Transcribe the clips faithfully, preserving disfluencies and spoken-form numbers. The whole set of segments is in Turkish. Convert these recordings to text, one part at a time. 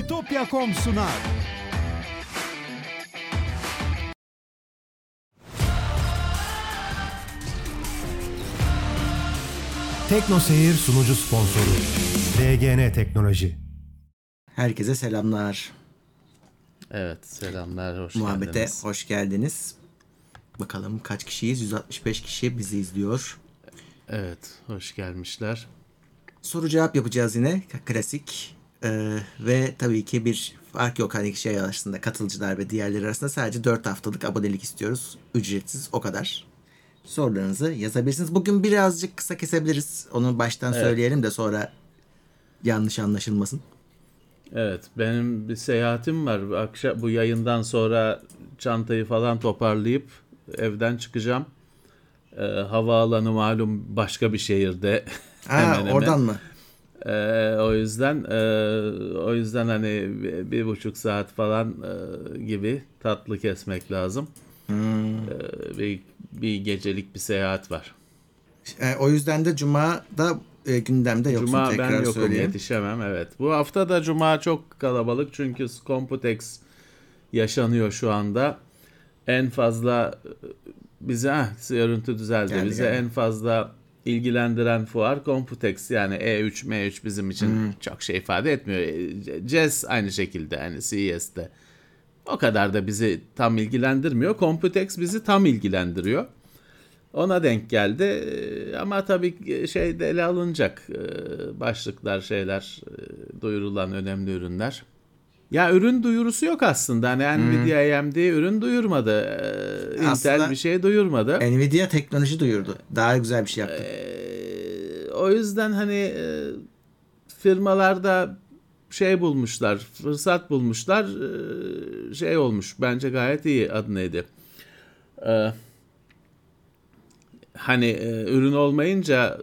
Bitopya nokta com sunar. Tekno Seyir sunucu sponsoru D G N Teknoloji. Herkese selamlar. Evet, selamlar, hoş Muhabbete geldiniz. hoş geldiniz. Bakalım kaç kişiyiz? yüz altmış beş kişi bizi izliyor. Evet, hoş gelmişler. Soru cevap yapacağız yine. Klasik. Ee, ve tabii ki bir fark yok. Hani şey arasında, katılıcılar ve diğerleri arasında sadece dört haftalık abonelik istiyoruz. Ücretsiz, o kadar. Sorularınızı yazabilirsiniz. Bugün birazcık kısa kesebiliriz. Onu baştan Evet. söyleyelim de sonra yanlış anlaşılmasın. Evet, benim bir seyahatim var. Bu akşam bu yayından sonra çantayı falan toparlayıp evden çıkacağım. Ee, havaalanı malum başka bir şehirde. Aa, hemen hemen. oradan mı? Ee, o yüzden e, o yüzden hani bir, bir buçuk saat falan e, gibi tatlı kesmek lazım. Hmm. Ee, bir, bir gecelik bir seyahat var. Ee, o yüzden de Cuma'da e, gündemde yoksun. Cuma Tekrar ben yokum, söyleyeyim. yetişemem, evet. Bu hafta da Cuma çok kalabalık çünkü Computex yaşanıyor şu anda. En fazla bize ah, görüntü düzeldi. Geldi, bize geldi. en fazla ilgilendiren fuar Computex, yani E üç M üç bizim için Hmm. çok şey ifade etmiyor. C E S aynı şekilde, hani C E S'te. O kadar da bizi tam ilgilendirmiyor. Computex bizi tam ilgilendiriyor. Ona denk geldi. Ee, ama tabii şey de ele alınacak. Ee, başlıklar, şeyler, e, duyurulan önemli ürünler. Ya ürün duyurusu yok aslında. Hani Nvidia A M D ürün duyurmadı. Ee, Intel Aslında bir şey duyurmadı. Nvidia teknoloji duyurdu. Daha güzel bir şey yaptı. Ee, o yüzden hani e, firmalarda şey bulmuşlar, fırsat bulmuşlar. Ee, şey olmuş. Bence gayet iyi. Adı neydi? Ee, Hani e, ürün olmayınca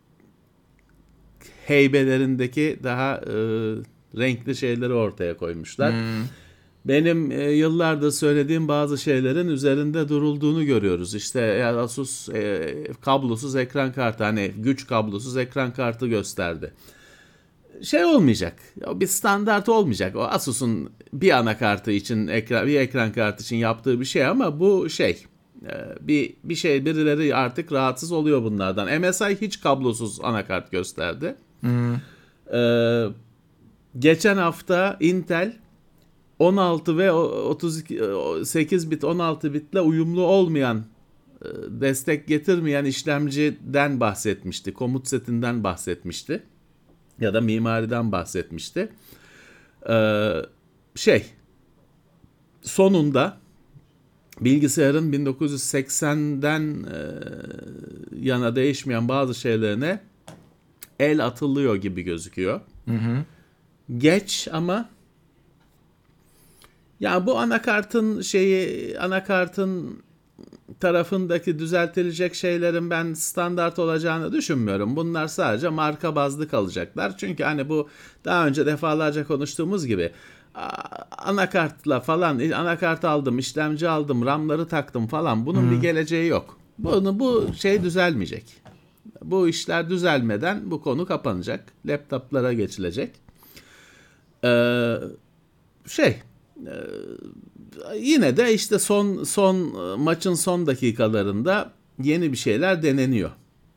heybelerindeki daha e, renkli şeyleri ortaya koymuşlar. Hmm. Benim e, yıllardır söylediğim bazı şeylerin üzerinde durulduğunu görüyoruz. İşte ya Asus e, kablosuz ekran kartı, hani güç kablosuz ekran kartı gösterdi. Şey olmayacak. O bir standart olmayacak. O Asus'un bir anakartı için, ekran, bir ekran kartı için yaptığı bir şey, ama bu şey bir bir şey, birileri artık rahatsız oluyor bunlardan. M S I hiç kablosuz anakart gösterdi. Hmm. Ee, geçen hafta Intel on altı ve otuz iki, sekiz bit on altı bitle uyumlu olmayan, destek getirmeyen işlemciden bahsetmişti. Komut setinden bahsetmişti. Ya da mimariden bahsetmişti. Ee, şey sonunda bilgisayarın bin dokuz yüz seksenden e, yana değişmeyen bazı şeylerine el atılıyor gibi gözüküyor. Hı hı. Geç ama ya bu anakartın şeyi, anakartın tarafındaki düzeltilecek şeylerin ben standart olacağını düşünmüyorum. Bunlar sadece marka bazlı kalacaklar. Çünkü hani bu daha önce defalarca konuştuğumuz gibi anakartla falan, anakart aldım, işlemci aldım, RAM'ları taktım falan, bunun hmm. bir geleceği yok. Bunu bu şey düzelmeyecek. Bu işler düzelmeden bu konu kapanacak. Laptoplara geçilecek. Ee, şey e, yine de işte son son maçın son dakikalarında yeni bir şeyler deneniyor.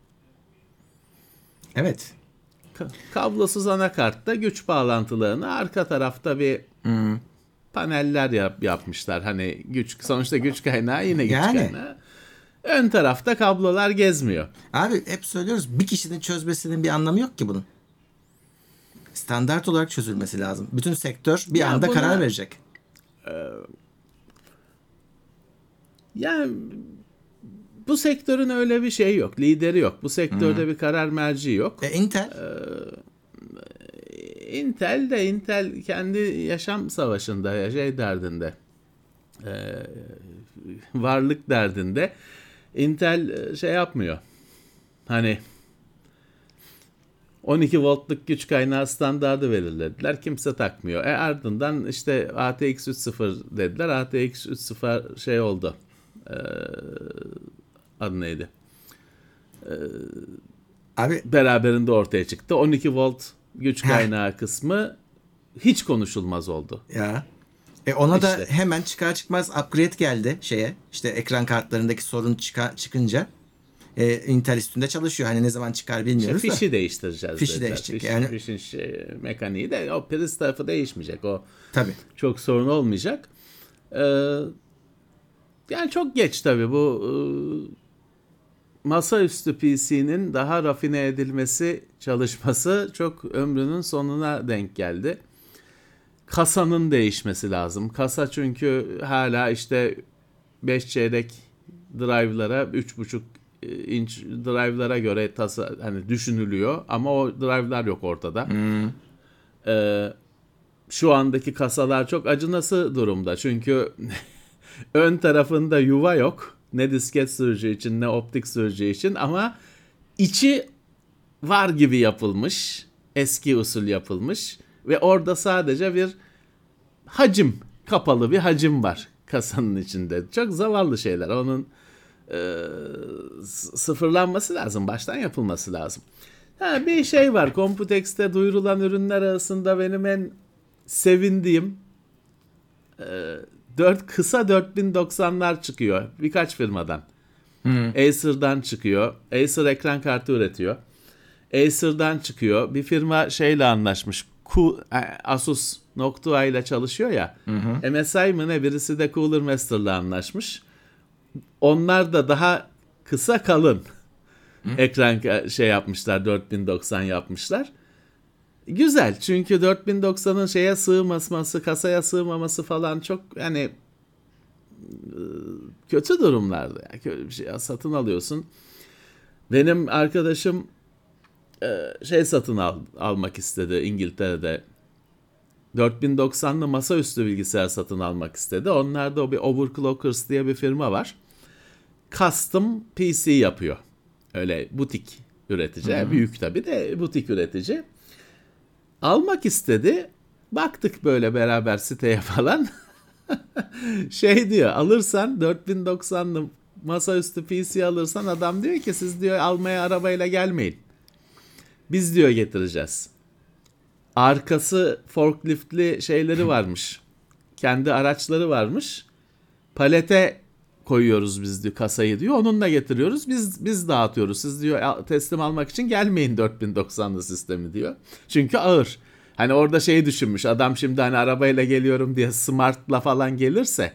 Evet. Kablosuz anakartta güç bağlantılarını arka tarafta bir Hmm. paneller yap, yapmışlar. Hani güç, sonuçta güç kaynağı yine güç Yani. kaynağı. Ön tarafta kablolar gezmiyor. Abi hep söylüyoruz, bir kişinin çözmesinin bir anlamı yok ki bunun. Standart olarak çözülmesi lazım. Bütün sektör bir Ya anda buna, karar verecek. E, yani bu sektörün öyle bir şeyi yok. Lideri yok. Bu sektörde hmm. bir karar merci yok. E, Intel? E, Intel de Intel kendi yaşam savaşında, şey derdinde. E, varlık derdinde. Intel şey yapmıyor. Hani on iki voltluk güç kaynağı standardı belirlediler. Kimse takmıyor. E ardından işte A T X üç nokta sıfır dediler. A T X üç nokta sıfır şey oldu. Ee, adı neydi? Ee, Abi beraberinde ortaya çıktı. on iki volt güç kaynağı Heh. kısmı hiç konuşulmaz oldu. Ya. E ona da İşte. hemen çıkar çıkmaz upgrade geldi şeye. İşte ekran kartlarındaki sorun çıka, çıkınca e, Intel üstünde çalışıyor. Hani ne zaman çıkar bilmiyoruz İşte fişi da. değiştireceğiz. Fişi dediler. değişecek Fiş, yani. Fişin şey, mekaniği de o priz tarafı değişmeyecek. O Tabii. çok sorun olmayacak. Ee, yani çok geç tabii bu e, masaüstü P C'nin daha rafine edilmesi çalışması çok ömrünün sonuna denk geldi. Kasanın değişmesi lazım. Kasa çünkü hala işte beş çeyrek drive'lara, üç buçuk inç drive'lara göre tasa, hani düşünülüyor ama o drive'lar yok ortada. Hmm. Ee, şu andaki kasalar çok acınası durumda. Çünkü ön tarafında yuva yok. Ne disket sürücü için ne optik sürücü için ama içi var gibi yapılmış. Eski usul yapılmış. Ve orada sadece bir hacim, kapalı bir hacim var kasanın içinde. Çok zavallı şeyler. Onun e, sıfırlanması lazım. Baştan yapılması lazım. Ha, bir şey var. Computex'te duyurulan ürünler arasında benim en sevindiğim e, dört kısa dört bin doksanlar çıkıyor. Birkaç firmadan. Hmm. Acer'dan çıkıyor. Acer ekran kartı üretiyor. Acer'dan çıkıyor. Bir firma şeyle anlaşmış. Asus Noctua ile çalışıyor ya. Hı hı. M S I mı ne, birisi de Cooler Master'la anlaşmış. Onlar da daha kısa kalın hı. ekran şey yapmışlar, dört bin doksan yapmışlar. Güzel çünkü dört bin doksanın şeye sığmaması, kasaya sığmaması falan çok yani kötü durumlarda. Yani kötü bir şey satın alıyorsun. Benim arkadaşım şey satın al, almak istedi İngiltere'de. dört bin doksanlı masaüstü bilgisayar satın almak istedi. Onlarda o bir Overclockers diye bir firma var. Custom P C yapıyor. Öyle butik üretici. Hı-hı. Büyük tabii de butik üretici. Almak istedi. Baktık böyle beraber siteye falan. şey diyor, alırsan dört bin doksanlı masaüstü P C alırsan adam diyor ki siz diyor almaya arabayla gelmeyin. Biz diyor getireceğiz. Arkası forkliftli şeyleri varmış. Kendi araçları varmış. Palete koyuyoruz biz diyor kasayı diyor. Onunla getiriyoruz. Biz biz dağıtıyoruz. Siz diyor teslim almak için gelmeyin dört bin doksanlı sistemi diyor. Çünkü ağır. Hani orada şeyi düşünmüş. Adam şimdi hani arabayla geliyorum diye Smart'la falan gelirse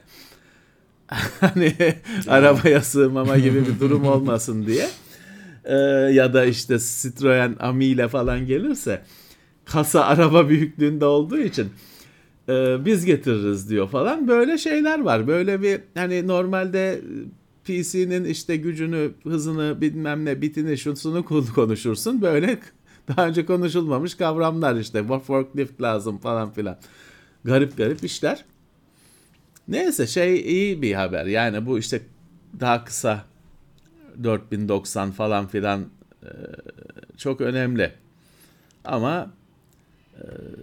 hani arabaya sığmama gibi bir durum olmasın diye. Ee, ya da işte Citroen Ami ile falan gelirse kasa araba büyüklüğünde olduğu için e, biz getiririz diyor falan. Böyle şeyler var. Böyle bir hani normalde P C'nin işte gücünü, hızını, bilmem ne, bitini, şusunu konuşursun. Böyle daha önce konuşulmamış kavramlar işte. Forklift lazım falan filan. Garip garip işler. Neyse şey iyi bir haber. Yani bu işte daha kısa dört bin doksan falan filan e, çok önemli. Ama e,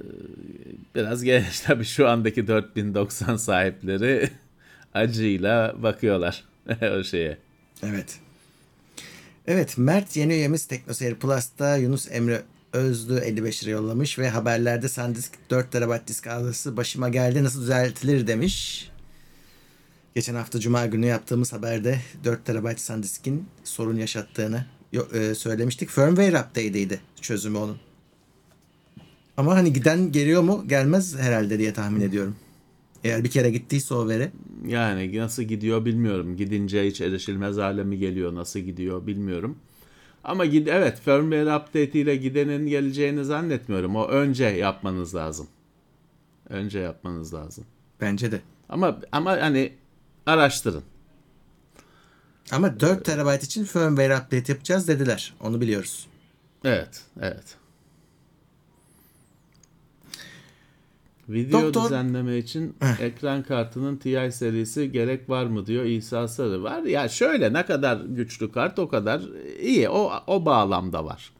biraz genç tabii şu andaki dört bin doksan sahipleri acıyla bakıyorlar o şeye. Evet. Evet, Mert yeni üyemiz TeknoSeyir Plus'ta Yunus Emre Özlü elli beş lira yollamış ve haberlerde SanDisk dört terabayt disk arızası başıma geldi nasıl düzeltilir demiş. Geçen hafta Cuma günü yaptığımız haberde dört terabayt SanDisk'in sorun yaşattığını söylemiştik. Firmware update'iydi çözümü onun. Ama hani giden geliyor mu? Gelmez herhalde diye tahmin ediyorum. Eğer bir kere gittiyse o veri. Yani nasıl gidiyor bilmiyorum. Gidince hiç erişilmez hale mi geliyor? Nasıl gidiyor bilmiyorum. Ama gid evet firmware update ile gidenin geleceğini zannetmiyorum. O önce yapmanız lazım. Önce yapmanız lazım. Bence de. Ama ama hani araştırın. Ama dört terabayt için firmware update yapacağız dediler. Onu biliyoruz. Evet, evet. Video Doktor... düzenleme için Heh. ekran kartının T I serisi gerek var mı diyor İsa Sarı. Var ya şöyle ne kadar güçlü kart o kadar iyi. O o bağlamda var.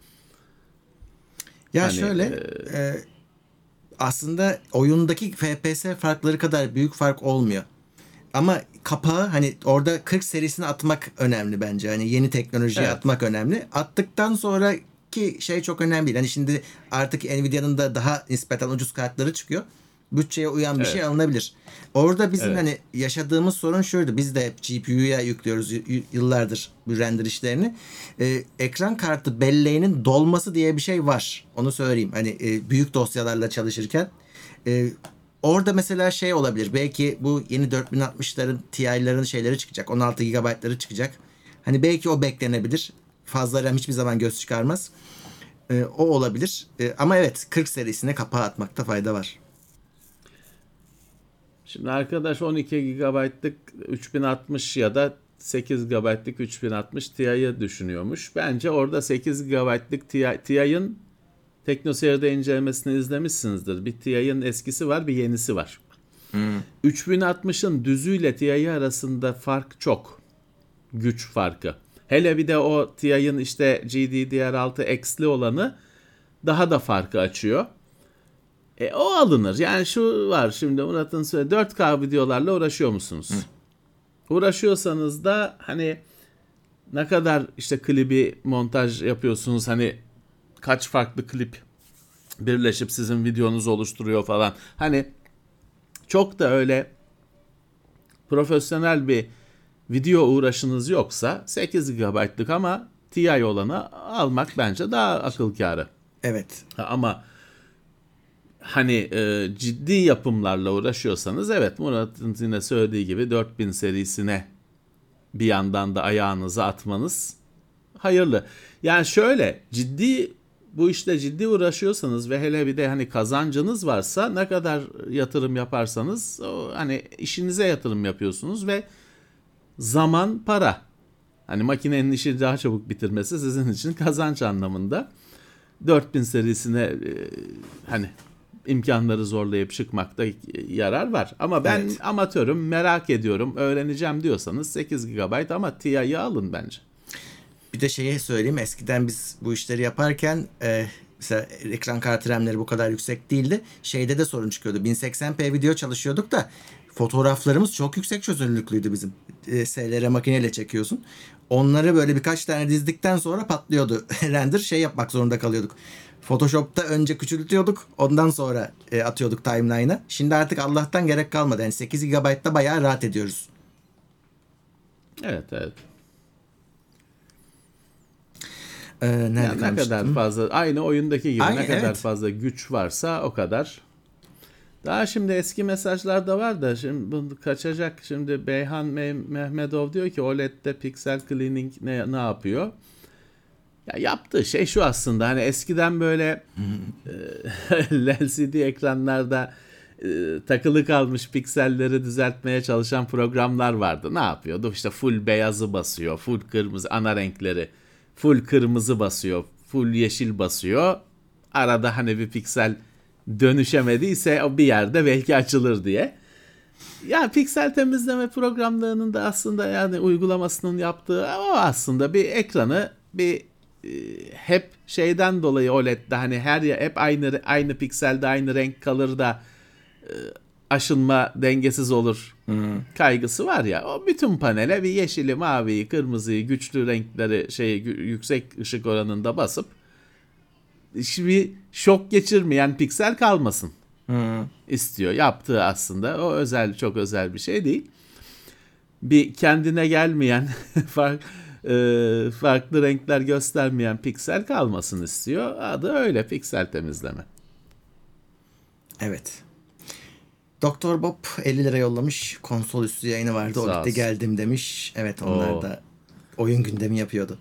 Ya hani, şöyle e... E, aslında oyundaki F P S farkları kadar büyük fark olmuyor. Ama kapağı hani orada kırk serisini atmak önemli bence. Hani yeni teknolojiye evet. atmak önemli. Attıktan sonra ki şey çok önemli değil. Hani şimdi artık Nvidia'nın da daha nispeten ucuz kartları çıkıyor. Bütçeye uyan bir Evet. şey alınabilir. Orada bizim Evet. hani yaşadığımız sorun şuydu. Biz de hep G P U'ya yüklüyoruz y- yıllardır bu render işlerini. Ee, ekran kartı belleğinin dolması diye bir şey var. Onu söyleyeyim. Hani e, büyük dosyalarla çalışırken. E, orada mesela şey olabilir. Belki bu yeni dört bin altmışların Ti'ların şeyleri çıkacak. on altı gigabaytları çıkacak. Hani belki o beklenebilir. Fazla RAM hiçbir zaman göz çıkarmaz. E, o olabilir. E, ama evet kırk serisine kapağı atmakta fayda var. Şimdi arkadaş on iki gigabaytlık üç bin altmış ya da sekiz gigabaytlık üç bin altmış Ti'yi düşünüyormuş. Bence orada sekiz gigabaytlık Ti, Ti'nin TeknoSeyir'de incelemesini izlemişsinizdir. Bir Ti'nin eskisi var, bir yenisi var. Hmm. üç bin altmışın düzüyle Ti'yi arasında fark çok. Güç farkı. Hele bir de o Ti'nin işte G D D R altı X'li olanı daha da farkı açıyor. E, o alınır. Yani şu var şimdi Murat'ın söylediği dört K videolarla uğraşıyor musunuz? Hı. Uğraşıyorsanız da hani ne kadar işte klibi montaj yapıyorsunuz, hani kaç farklı klip birleşip sizin videonuzu oluşturuyor falan. Hani çok da öyle profesyonel bir video uğraşınız yoksa sekiz gigabaytlık ama Ti olanı almak bence daha akıl kârı. Evet. Ha, ama hani e, ciddi yapımlarla uğraşıyorsanız evet Murat'ın yine söylediği gibi dört bin serisine bir yandan da ayağınızı atmanız hayırlı. Yani şöyle ciddi bu işte ciddi uğraşıyorsanız ve hele bir de hani kazancınız varsa ne kadar yatırım yaparsanız o, hani işinize yatırım yapıyorsunuz ve zaman para. Hani makinenin işi daha çabuk bitirmesi sizin için kazanç anlamında. dört bin serisine e, hani imkanları zorlayıp çıkmakta yarar var. Ama ben Evet. amatörüm, merak ediyorum, öğreneceğim diyorsanız sekiz gigabayt ama Ti'yi alın bence. Bir de şeyi söyleyeyim. Eskiden biz bu işleri yaparken e, mesela ekran kartı RAM'leri bu kadar yüksek değildi. Şeyde de sorun çıkıyordu. bin seksen p video çalışıyorduk da fotoğraflarımız çok yüksek çözünürlüklüydü bizim. E, S L R makineyle çekiyorsun. Onları böyle birkaç tane dizdikten sonra patlıyordu. Render şey yapmak zorunda kalıyorduk. Photoshop'ta önce küçültüyorduk. Ondan sonra e, atıyorduk timeline'a. Şimdi artık Allah'tan gerek kalmadı. Yani sekiz gigabaytta bayağı rahat ediyoruz. Evet, evet. Ee, nerede Yani ne kalmıştım? kadar fazla aynı oyundaki gibi Aynı, ne kadar evet. fazla güç varsa o kadar. Daha şimdi eski mesajlar da var da şimdi bu kaçacak. Şimdi Beyhan Me- Mehmedov diyor ki O L E D'de pixel cleaning ne ne yapıyor? Ya yaptığı şey şu aslında, hani eskiden böyle e, L C D ekranlarda e, takılı kalmış pikselleri düzeltmeye çalışan programlar vardı. Ne yapıyordu? İşte full beyazı basıyor, full kırmızı ana renkleri, full kırmızı basıyor, full yeşil basıyor. Arada hani bir piksel dönüşemediyse o bir yerde belki açılır diye. Ya piksel temizleme programlarının da aslında yani uygulamasının yaptığı o aslında bir ekranı bir e, hep şeyden dolayı O L E D'de hani her ya hep aynı aynı pikselde aynı renk kalır da e, aşınma dengesiz olur Hmm. kaygısı var ya, o bütün panele bir yeşili, maviyi, kırmızıyı, güçlü renkleri şey yüksek ışık oranında basıp bir şok geçirmeyen piksel kalmasın Hmm. istiyor. Yaptığı aslında o özel, çok özel bir şey değil. Bir kendine gelmeyen fark, e, farklı renkler göstermeyen piksel kalmasın istiyor. Adı öyle, piksel temizleme. Evet. Doktor Bob elli lira yollamış. Konsol üstü yayını vardı. O Sağ bitti olsun. geldim demiş. Evet, onlar Oo. da oyun gündemi yapıyordu.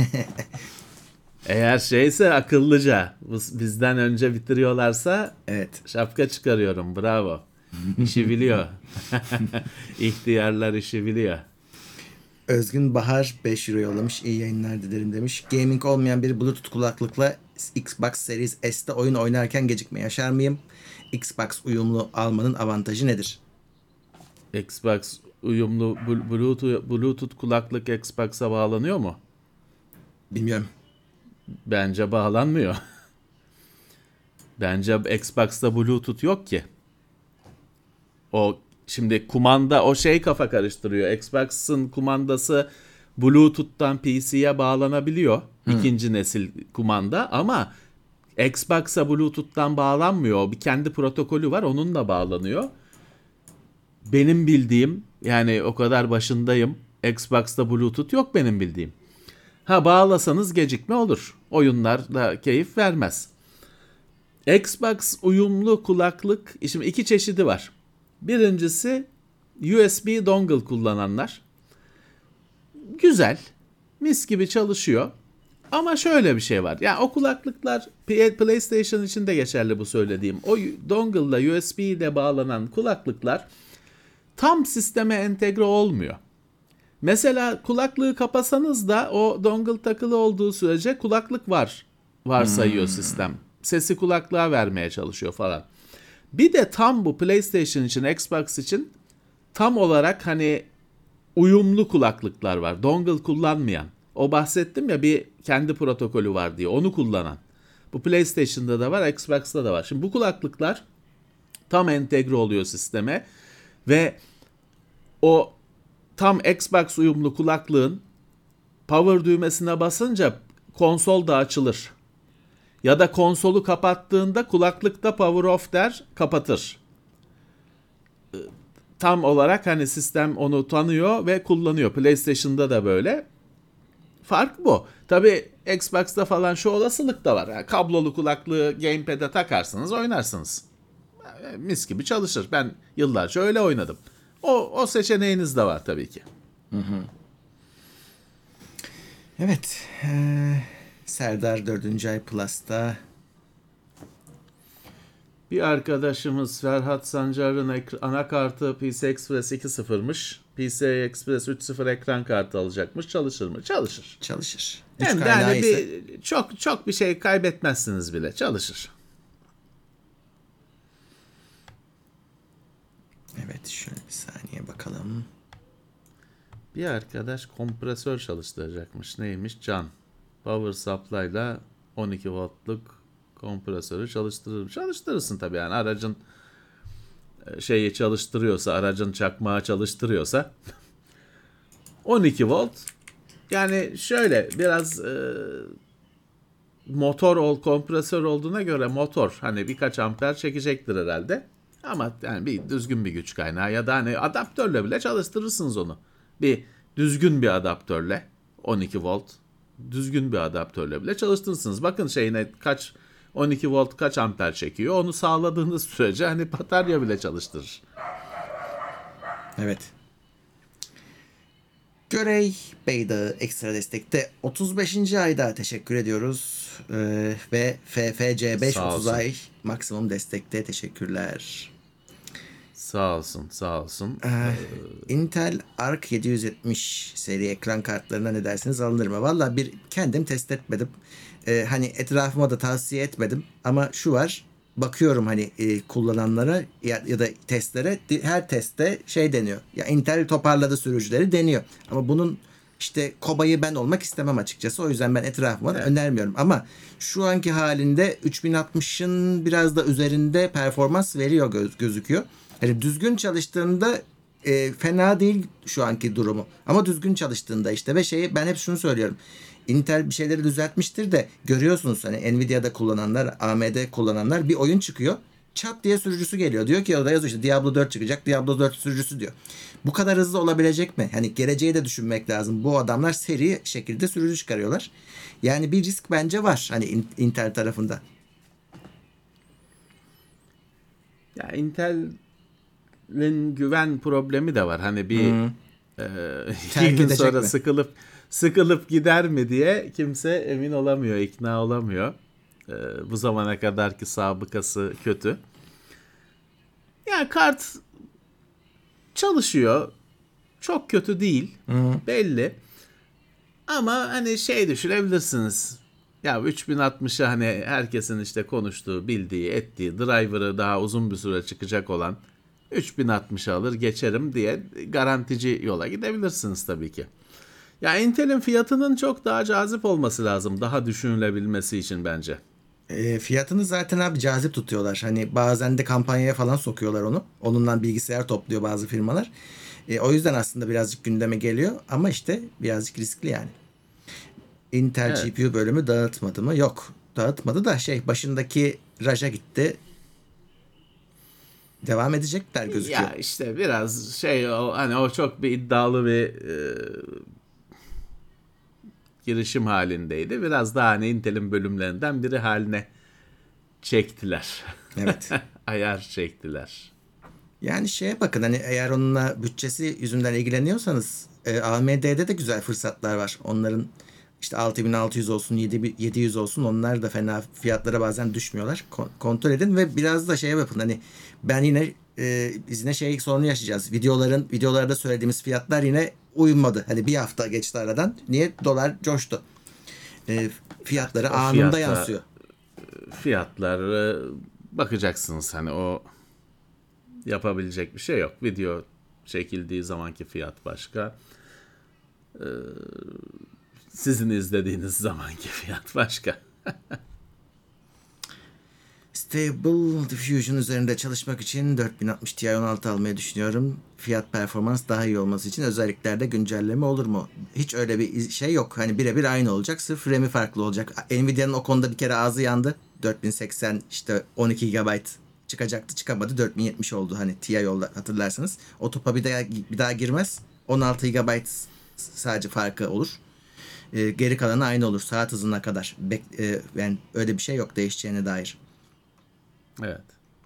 Eğer şeyse akıllıca bizden önce bitiriyorlarsa Evet. şapka çıkarıyorum. Bravo. İşi biliyor. İhtiyarlar işi biliyor. Özgün Bahar beş euro yollamış. İyi yayınlar dilerim demiş. Gaming olmayan bir Bluetooth kulaklıkla Xbox Series S'te oyun oynarken gecikme yaşar mıyım? Xbox uyumlu almanın avantajı nedir? Xbox uyumlu Bluetooth, Bluetooth kulaklık Xbox'a bağlanıyor mu? Bilmiyorum. Bence bağlanmıyor. Bence Xbox'ta Bluetooth yok ki. O şimdi kumanda o şey kafa karıştırıyor. Xbox'ın kumandası Bluetooth'tan P C'ye bağlanabiliyor. Hmm. İkinci nesil kumanda ama Xbox'a Bluetooth'tan bağlanmıyor. Bir kendi protokolü var, onunla bağlanıyor. Benim bildiğim, yani o kadar başındayım, Xbox'ta Bluetooth yok benim bildiğim. Ha, bağlasanız gecikme olur. Oyunlar da keyif vermez. Xbox uyumlu kulaklık, şimdi iki çeşidi var. Birincisi U S B dongle kullananlar. Güzel, mis gibi çalışıyor. Ama şöyle bir şey var. Yani o kulaklıklar PlayStation için de geçerli bu söylediğim. O dongle'la U S B ile bağlanan kulaklıklar tam sisteme entegre olmuyor. Mesela kulaklığı kapasanız da o dongle takılı olduğu sürece kulaklık var varsayıyor hmm. sistem. Sesi kulaklığa vermeye çalışıyor falan. Bir de tam bu PlayStation için, Xbox için tam olarak hani uyumlu kulaklıklar var. Dongle kullanmayan. O bahsettim ya, bir kendi protokolü var diye, onu kullanan. Bu PlayStation'da da var, Xbox'ta da var. Şimdi bu kulaklıklar tam entegre oluyor sisteme ve o tam Xbox uyumlu kulaklığın power düğmesine basınca konsol da açılır. Ya da konsolu kapattığında kulaklıkta power off der, kapatır. Tam olarak hani sistem onu tanıyor ve kullanıyor. PlayStation'da da böyle. Fark bu. Tabii Xbox'ta falan şu olasılık da var. Yani kablolu kulaklığı gamepad'e takarsınız, oynarsınız. Yani mis gibi çalışır. Ben yıllarca öyle oynadım. O, o seçeneğiniz de var tabii ki. Hı hı. Evet. Ee, Serdar dördüncü ay Plus'ta. Bir arkadaşımız Ferhat Sancar'ın ek- anakartı P C Express iki nokta sıfır'mış. P C Express üç nokta sıfır ekran kartı alacakmış. Çalışır mı? Çalışır. Çalışır. Hem de hani bir, çok çok bir şey kaybetmezsiniz bile. Çalışır. Evet, şöyle bir saniye bakalım. Bir arkadaş kompresör çalıştıracakmış. Neymiş? Can. Power supply'la on iki voltluk kompresörü çalıştırır. Çalıştırırsın tabii yani. Aracın şeyi çalıştırıyorsa, aracın çakmağı çalıştırıyorsa on iki volt. Yani şöyle biraz e, motor ol, kompresör olduğuna göre motor hani birkaç amper çekecektir herhalde. Ama yani bir düzgün bir güç kaynağı ya da hani adaptörle bile çalıştırırsınız onu. Bir düzgün bir adaptörle on iki volt düzgün bir adaptörle bile çalıştırırsınız. Bakın şeyine kaç on iki volt kaç amper çekiyor. Onu sağladığınız sürece hani batarya bile çalıştırır. Evet. Görey Bey de ekstra destekte otuz beşinci ayda teşekkür ediyoruz. Ee, ve F F C beş otuz ay maksimum destekte teşekkürler. Sağ olsun, sağ olsun. Ee, Intel Arc yedi yüz yetmiş seri ekran kartlarına ne dersiniz, alınır mı? Valla bir kendim test etmedim. Ee, hani etrafıma da tavsiye etmedim. Ama şu var, bakıyorum hani e, kullananlara ya, ya da testlere, her testte şey deniyor. Ya Intel toparladı sürücüleri deniyor. Ama bunun işte kobayı ben olmak istemem açıkçası. O yüzden ben etrafıma evet. önermiyorum. Ama şu anki halinde üç bin altmışın biraz da üzerinde performans veriyor göz, gözüküyor. Yani düzgün çalıştığında e, fena değil şu anki durumu. Ama düzgün çalıştığında işte ve şeyi ben hep şunu söylüyorum. Intel bir şeyleri düzeltmiştir de görüyorsunuz hani Nvidia'da kullananlar, A M D kullananlar bir oyun çıkıyor. Çat diye sürücüsü geliyor. Diyor ki orada yazıyor işte Diablo dört çıkacak. Diablo dört sürücüsü diyor. Bu kadar hızlı olabilecek mi? Hani geleceği de düşünmek lazım. Bu adamlar seri şekilde sürücü çıkarıyorlar. Yani bir risk bence var hani Intel tarafında. Ya Intel'in güven problemi de var. Hani bir hmm. e, iki gün sonra mi? sıkılıp sıkılıp gider mi diye kimse emin olamıyor, ikna olamıyor. Ee, bu zamana kadarki sabıkası kötü. Yani kart çalışıyor. Çok kötü değil. Hı. Belli. Ama hani şey düşünebilirsiniz. Ya üç bin altmışa hani herkesin işte konuştuğu, bildiği, ettiği, driver'ı daha uzun bir süre çıkacak olan üç bin altmışa alır geçerim diye garantici yola gidebilirsiniz tabii ki. Ya Intel'in fiyatının çok daha cazip olması lazım daha düşünülebilmesi için bence. E, fiyatını zaten abi cazip tutuyorlar. Hani bazen de kampanyaya falan sokuyorlar onu. Onunla bilgisayar topluyor bazı firmalar. E, o yüzden aslında birazcık gündeme geliyor. Ama işte birazcık riskli yani. Intel Evet. G P U bölümü dağıtmadı mı? Yok. Dağıtmadı da şey başındaki Raja gitti. Devam edecekler gözüküyor. Ya işte biraz şey o hani o çok bir iddialı bir e, girişim halindeydi. Biraz daha hani Intel'in bölümlerinden biri haline çektiler. Evet. Ayar çektiler. Yani şeye bakın hani eğer onunla bütçesi yüzünden ilgileniyorsanız e, A M D'de de güzel fırsatlar var. Onların işte altı bin altı yüz olsun yedi yüz olsun onlar da fena fiyatlara bazen düşmüyorlar. Kon- kontrol edin ve biraz da şeye bakın hani ben yine e, biz yine şey sorunu yaşayacağız. Videoların videolarda söylediğimiz fiyatlar yine uymadı. Hani bir hafta geçti aradan. Niye? Dolar coştu. E, fiyatları O anında fiyatta yansıyor. fiyatlar e, bakacaksınız hani o yapabilecek bir şey yok. Video çekildiği zamanki fiyat başka. Ee, sizin izlediğiniz zamanki fiyat başka. Stable Diffusion üzerinde çalışmak için dört bin altmış Ti on altı almayı düşünüyorum. Fiyat performans daha iyi olması için özelliklerde güncelleme olur mu? Hiç öyle bir şey yok. Hani birebir aynı olacak. Sırf RAM'i farklı olacak. Nvidia'nın o konuda bir kere ağzı yandı. dört bin seksen işte on iki gigabayt çıkacaktı. Çıkamadı. dört bin yetmiş oldu. Hani Ti yolda hatırlarsanız. O topa bir daha, bir daha girmez. on altı gigabayt sadece farkı olur. Ee, geri kalanı aynı olur. Saat hızına kadar. Bek- e, yani öyle bir şey yok değişeceğine dair. Evet.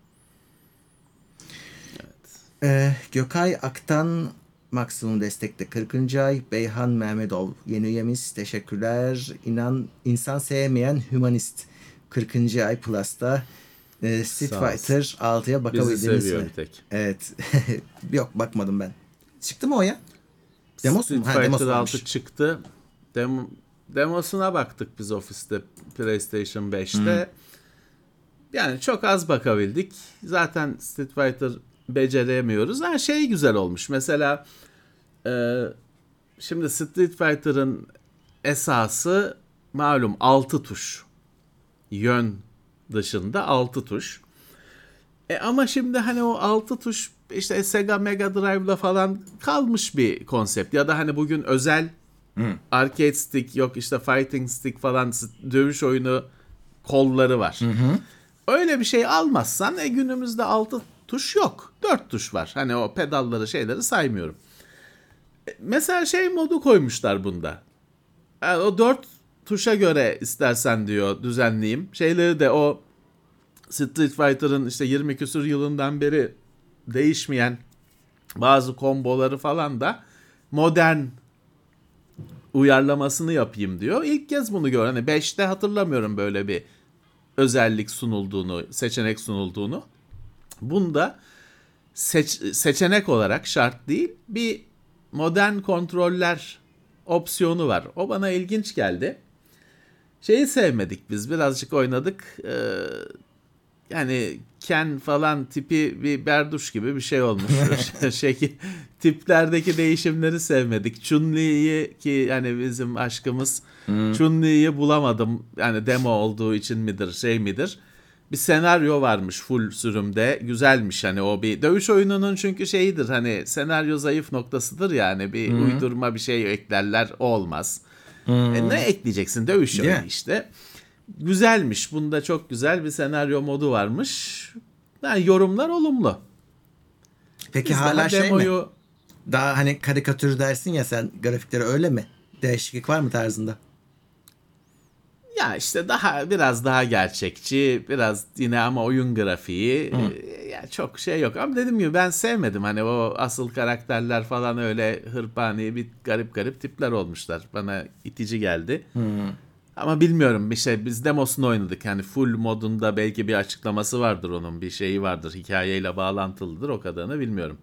Ee, Gökay Aktan maksimum destekte kırkıncı ay. Beyhan Mehmetov yeni üyemiz. Teşekkürler. İnan insan sevmeyen hümanist kırkıncı ay Plus'ta. Ee, Street Sağ olsun. Fighter altıya Bizi bakabildiniz seviyor mi? bir tek. Evet. Yok bakmadım ben. Çıktı mı o ya? Demos mu? Street Ha, Fighter demosu altı varmış. çıktı. Demo, demosuna baktık biz ofiste PlayStation beşte. Yani çok az bakabildik. Zaten Street Fighter beceremiyoruz. Ha şey güzel olmuş. Mesela e, şimdi Street Fighter'ın esası malum altı tuş. Yön dışında altı tuş. E ama şimdi hani o altı tuş işte Sega Mega Drive'la falan kalmış bir konsept. Ya da hani bugün özel arcade stick yok işte fighting stick falan dövüş oyunu kolları var. Öyle bir şey almazsan e, günümüzde altı tuş yok. dört tuş var. Hani o pedalları şeyleri saymıyorum. E, mesela şey modu koymuşlar bunda. Yani o dört tuşa göre istersen diyor düzenleyeyim. Şeyleri de o Street Fighter'ın işte yirmi küsur yılından beri değişmeyen bazı komboları falan da modern uyarlamasını yapayım diyor. İlk kez bunu gör. Hani beşte hatırlamıyorum böyle bir özellik sunulduğunu, seçenek sunulduğunu. Bunda seç, seçenek olarak şart değil bir modern kontroller opsiyonu var. O bana ilginç geldi. Şeyi sevmedik biz. Birazcık oynadık. Ee, yani Ken falan tipi bir berduş gibi bir şey olmuş. şey, tiplerdeki değişimleri sevmedik. Chun-Li'yi ki yani bizim aşkımız Chun-Li'yi bulamadım. Yani demo olduğu için midir şey midir? Bir senaryo varmış full sürümde. Güzelmiş hani o bir dövüş oyununun çünkü şeyidir hani senaryo zayıf noktasıdır yani bir Hı-hı. uydurma bir şey eklerler o olmaz. E, ne ekleyeceksin dövüş Değil oyunu mi? işte. Güzelmiş. Bunda çok güzel bir senaryo modu varmış. Yani yorumlar olumlu. Peki Biz hala daha şey mi? demoyu Daha hani karikatür dersin ya sen grafikleri öyle mi? Değişiklik var mı tarzında? ya işte daha biraz daha gerçekçi, biraz yine ama oyun grafiği Hı. e, ya çok şey yok. Ama dediğim gibi ben sevmedim. Hani o asıl karakterler falan öyle hırpani bir garip garip tipler olmuşlar. Bana itici geldi. Hı. Ama bilmiyorum bir şey biz demosunu oynadık. Yani full modunda belki bir açıklaması vardır onun bir şeyi vardır. Hikayeyle bağlantılıdır o kadarını bilmiyorum.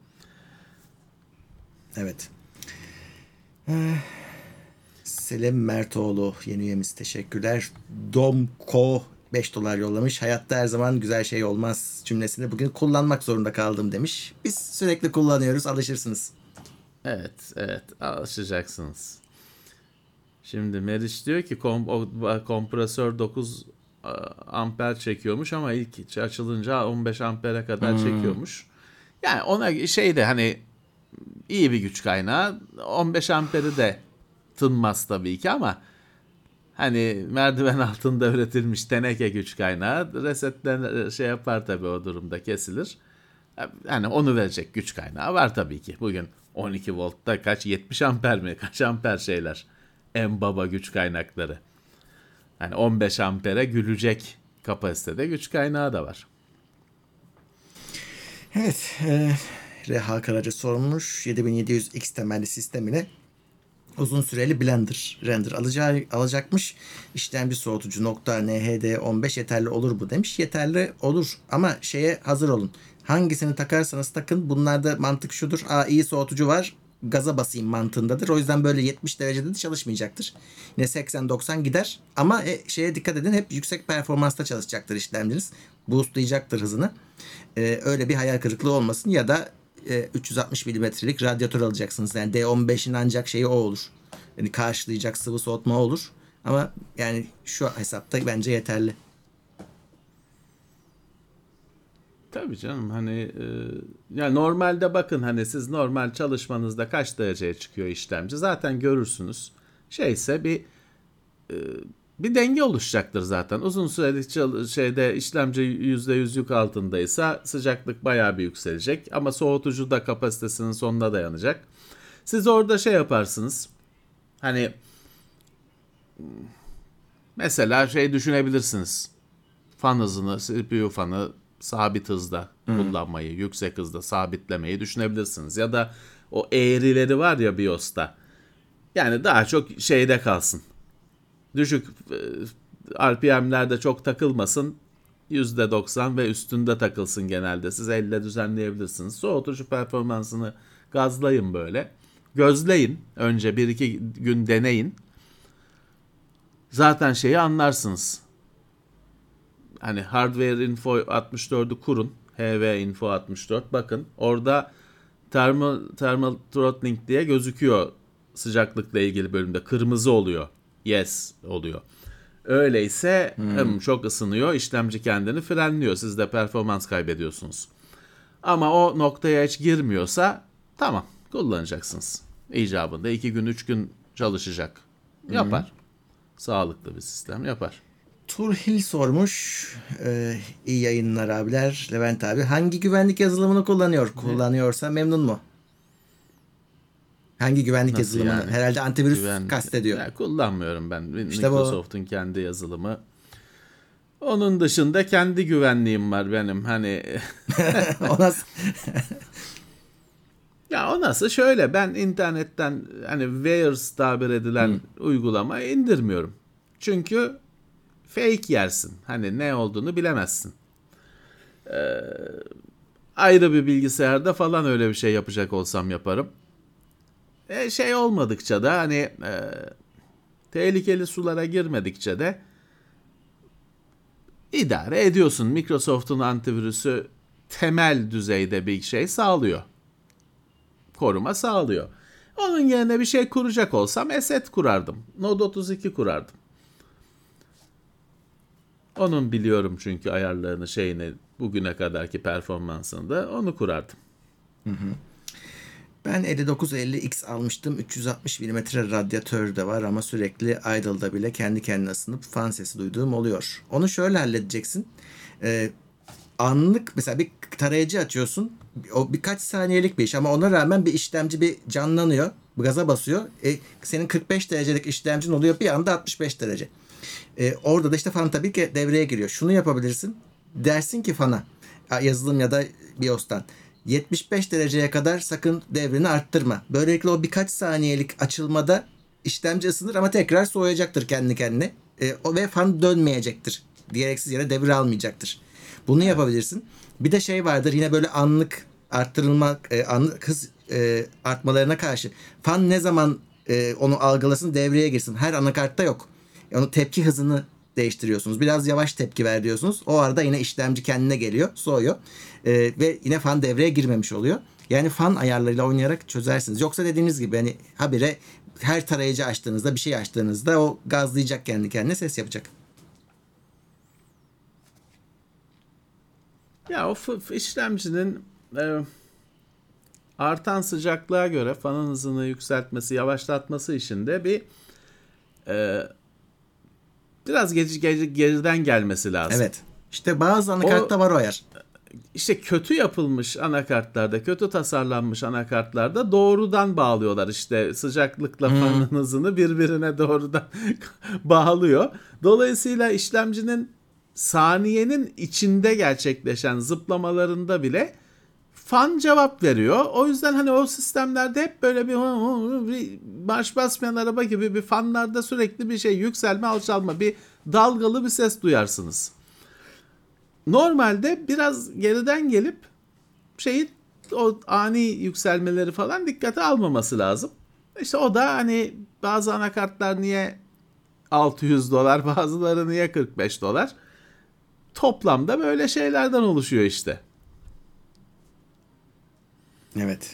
Evet. Eh, Selim Mertoğlu yeni üyemiz teşekkürler. Domko beş dolar yollamış. Hayatta her zaman güzel şey olmaz cümlesini bugün kullanmak zorunda kaldım demiş. Biz sürekli kullanıyoruz alışırsınız. Evet, evet alışacaksınız. Şimdi Meriç diyor ki kom- o- kompresör dokuz amper çekiyormuş ama ilk açılınca on beş ampere kadar hmm. çekiyormuş. Yani ona şey de hani iyi bir güç kaynağı, on beş amperi de tınmaz tabii ki ama hani merdiven altında üretilmiş teneke güç kaynağı resetten şey yapar tabii, o durumda kesilir. Yani onu verecek güç kaynağı var tabii ki. Bugün on iki voltta kaç, yetmiş amper mi, kaç amper şeyler en baba güç kaynakları. Yani on beş ampere gülecek kapasitede güç kaynağı da var. Evet. E, Reha Karaca sormuş. yedi bin yedi yüz X temelli sistemine uzun süreli Blender render alacağı, alacakmış. İşlemci soğutucu nokta N H D on beş yeterli olur bu demiş. Yeterli olur ama şeye hazır olun. Hangisini takarsanız takın. Bunlarda mantık şudur. Aa, iyi soğutucu var. Gaza basayım mantığındadır. O yüzden böyle yetmiş derecede de çalışmayacaktır. Yine seksen doksan gider. Ama e, şeye dikkat edin. Hep yüksek performansta çalışacaktır işlemciniz. Boostlayacaktır hızını. E, öyle bir hayal kırıklığı olmasın. Ya da e, üç yüz altmış milimetrelik radyatör alacaksınız. Yani D on beşin ancak şeyi o olur. Yani karşılayacak sıvı soğutma olur. Ama yani şu hesapta bence yeterli. Tabii canım, hani e, yani normalde bakın, hani siz normal çalışmanızda kaç dereceye çıkıyor işlemci zaten görürsünüz. Şeyse bir e, bir denge oluşacaktır zaten. Uzun süreli çal- şeyde işlemci yüzde yüz yük altındaysa sıcaklık bayağı bir yükselecek ama soğutucu da kapasitesinin sonuna dayanacak. Siz orada şey yaparsınız. Hani mesela şey düşünebilirsiniz. Fan hızını, C P U fanı sabit hızda hmm. kullanmayı, yüksek hızda sabitlemeyi düşünebilirsiniz. Ya da o eğrileri var ya BIOS'ta. Yani daha çok şeyde kalsın. Düşük R P M'lerde çok takılmasın. yüzde doksan ve üstünde takılsın genelde. Siz elle düzenleyebilirsiniz. Soğutucu performansını gazlayın böyle. Gözleyin. Önce bir iki gün deneyin. Zaten şeyi anlarsınız. Hani Hardware Info altmış dördü kurun. H V Info altmış dört. Bakın orada thermal, thermal throttling diye gözüküyor sıcaklıkla ilgili bölümde. Kırmızı oluyor. Yes oluyor. Öyleyse hmm. hım, çok ısınıyor. İşlemci kendini frenliyor. Siz de performans kaybediyorsunuz. Ama o noktaya hiç girmiyorsa tamam, kullanacaksınız. İcabında iki gün üç gün çalışacak. Yapar. Hmm. Sağlıklı bir sistem yapar. Turhil sormuş. Ee, iyi yayınlar abiler. Levent abi hangi güvenlik yazılımını kullanıyor? Kullanıyorsa memnun mu? Hangi güvenlik Nasıl yazılımını? Yani? Herhalde antivirüs güvenlik kastediyor. Ya, kullanmıyorum ben. İşte Microsoft'un bu... kendi yazılımı. Onun dışında kendi güvenliğim var benim. Hani o nasıl? Ya o nasıl? Şöyle, ben internetten hani Wares tabir edilen hmm. uygulamayı indirmiyorum. Çünkü fake yersin. Hani ne olduğunu bilemezsin. Ee, ayrı bir bilgisayarda falan öyle bir şey yapacak olsam yaparım. E, şey olmadıkça da hani e, tehlikeli sulara girmedikçe de idare ediyorsun. Microsoft'un antivirüsü temel düzeyde bir şey sağlıyor. Koruma sağlıyor. Onun yerine bir şey kuracak olsam E S E T kurardım. Node otuz iki kurardım. Onun biliyorum çünkü ayarlarını, şeyini, bugüne kadarki performansını da onu kurardım. Hı hı. Ben elli dokuz elli X almıştım. üç yüz altmış milimetre radyatör de var ama sürekli idle'da bile kendi kendine ısınıp fan sesi duyduğum oluyor. Onu şöyle halledeceksin. Ee, anlık mesela bir tarayıcı açıyorsun. O birkaç saniyelik bir iş ama ona rağmen bir işlemci bir canlanıyor. Gaza basıyor. E, senin kırk beş derecelik işlemcin oluyor bir anda altmış beş derece. E, orada da işte fan tabii ki devreye giriyor. Şunu yapabilirsin. Dersin ki fana, yazılım ya da BIOS'tan, yetmiş beş dereceye kadar sakın devrini arttırma. Böylelikle o birkaç saniyelik açılmada işlemci ısınır ama tekrar soğuyacaktır kendi kendine. E, o ve fan dönmeyecektir. Gereksiz yere devre almayacaktır. Bunu yapabilirsin. Bir de şey vardır yine böyle anlık arttırılmak, e, anlık hız e, artmalarına karşı. Fan ne zaman e, onu algılasın, devreye girsin. Her anakartta yok. Onu tepki hızını değiştiriyorsunuz. Biraz yavaş tepki ver diyorsunuz. O arada yine işlemci kendine geliyor, soğuyor. E, ve yine fan devreye girmemiş oluyor. Yani fan ayarlarıyla oynayarak çözersiniz. Yoksa dediğiniz gibi hani habire her tarayıcı açtığınızda, bir şey açtığınızda o gazlayacak kendi kendine, ses yapacak. Ya o f- f- işlemcinin e, artan sıcaklığa göre fanın hızını yükseltmesi, yavaşlatması işinde bir e, biraz geri, geri, geriden gelmesi lazım. Evet. İşte bazı anakartta var o ayar. İşte kötü yapılmış anakartlarda, kötü tasarlanmış anakartlarda doğrudan bağlıyorlar. İşte sıcaklıkla fanın hızını birbirine doğrudan bağlıyor. Dolayısıyla işlemcinin saniyenin içinde gerçekleşen zıplamalarında bile fan cevap veriyor. O yüzden hani o sistemlerde hep böyle bir, bir marş basmayan araba gibi bir fanlarda sürekli bir şey yükselme alçalma, bir dalgalı bir ses duyarsınız. Normalde biraz geriden gelip şeyi, o ani yükselmeleri falan dikkate almaması lazım. İşte o da hani bazı anakartlar niye altı yüz dolar, bazıları niye kırk beş dolar. Toplamda böyle şeylerden oluşuyor işte. Evet.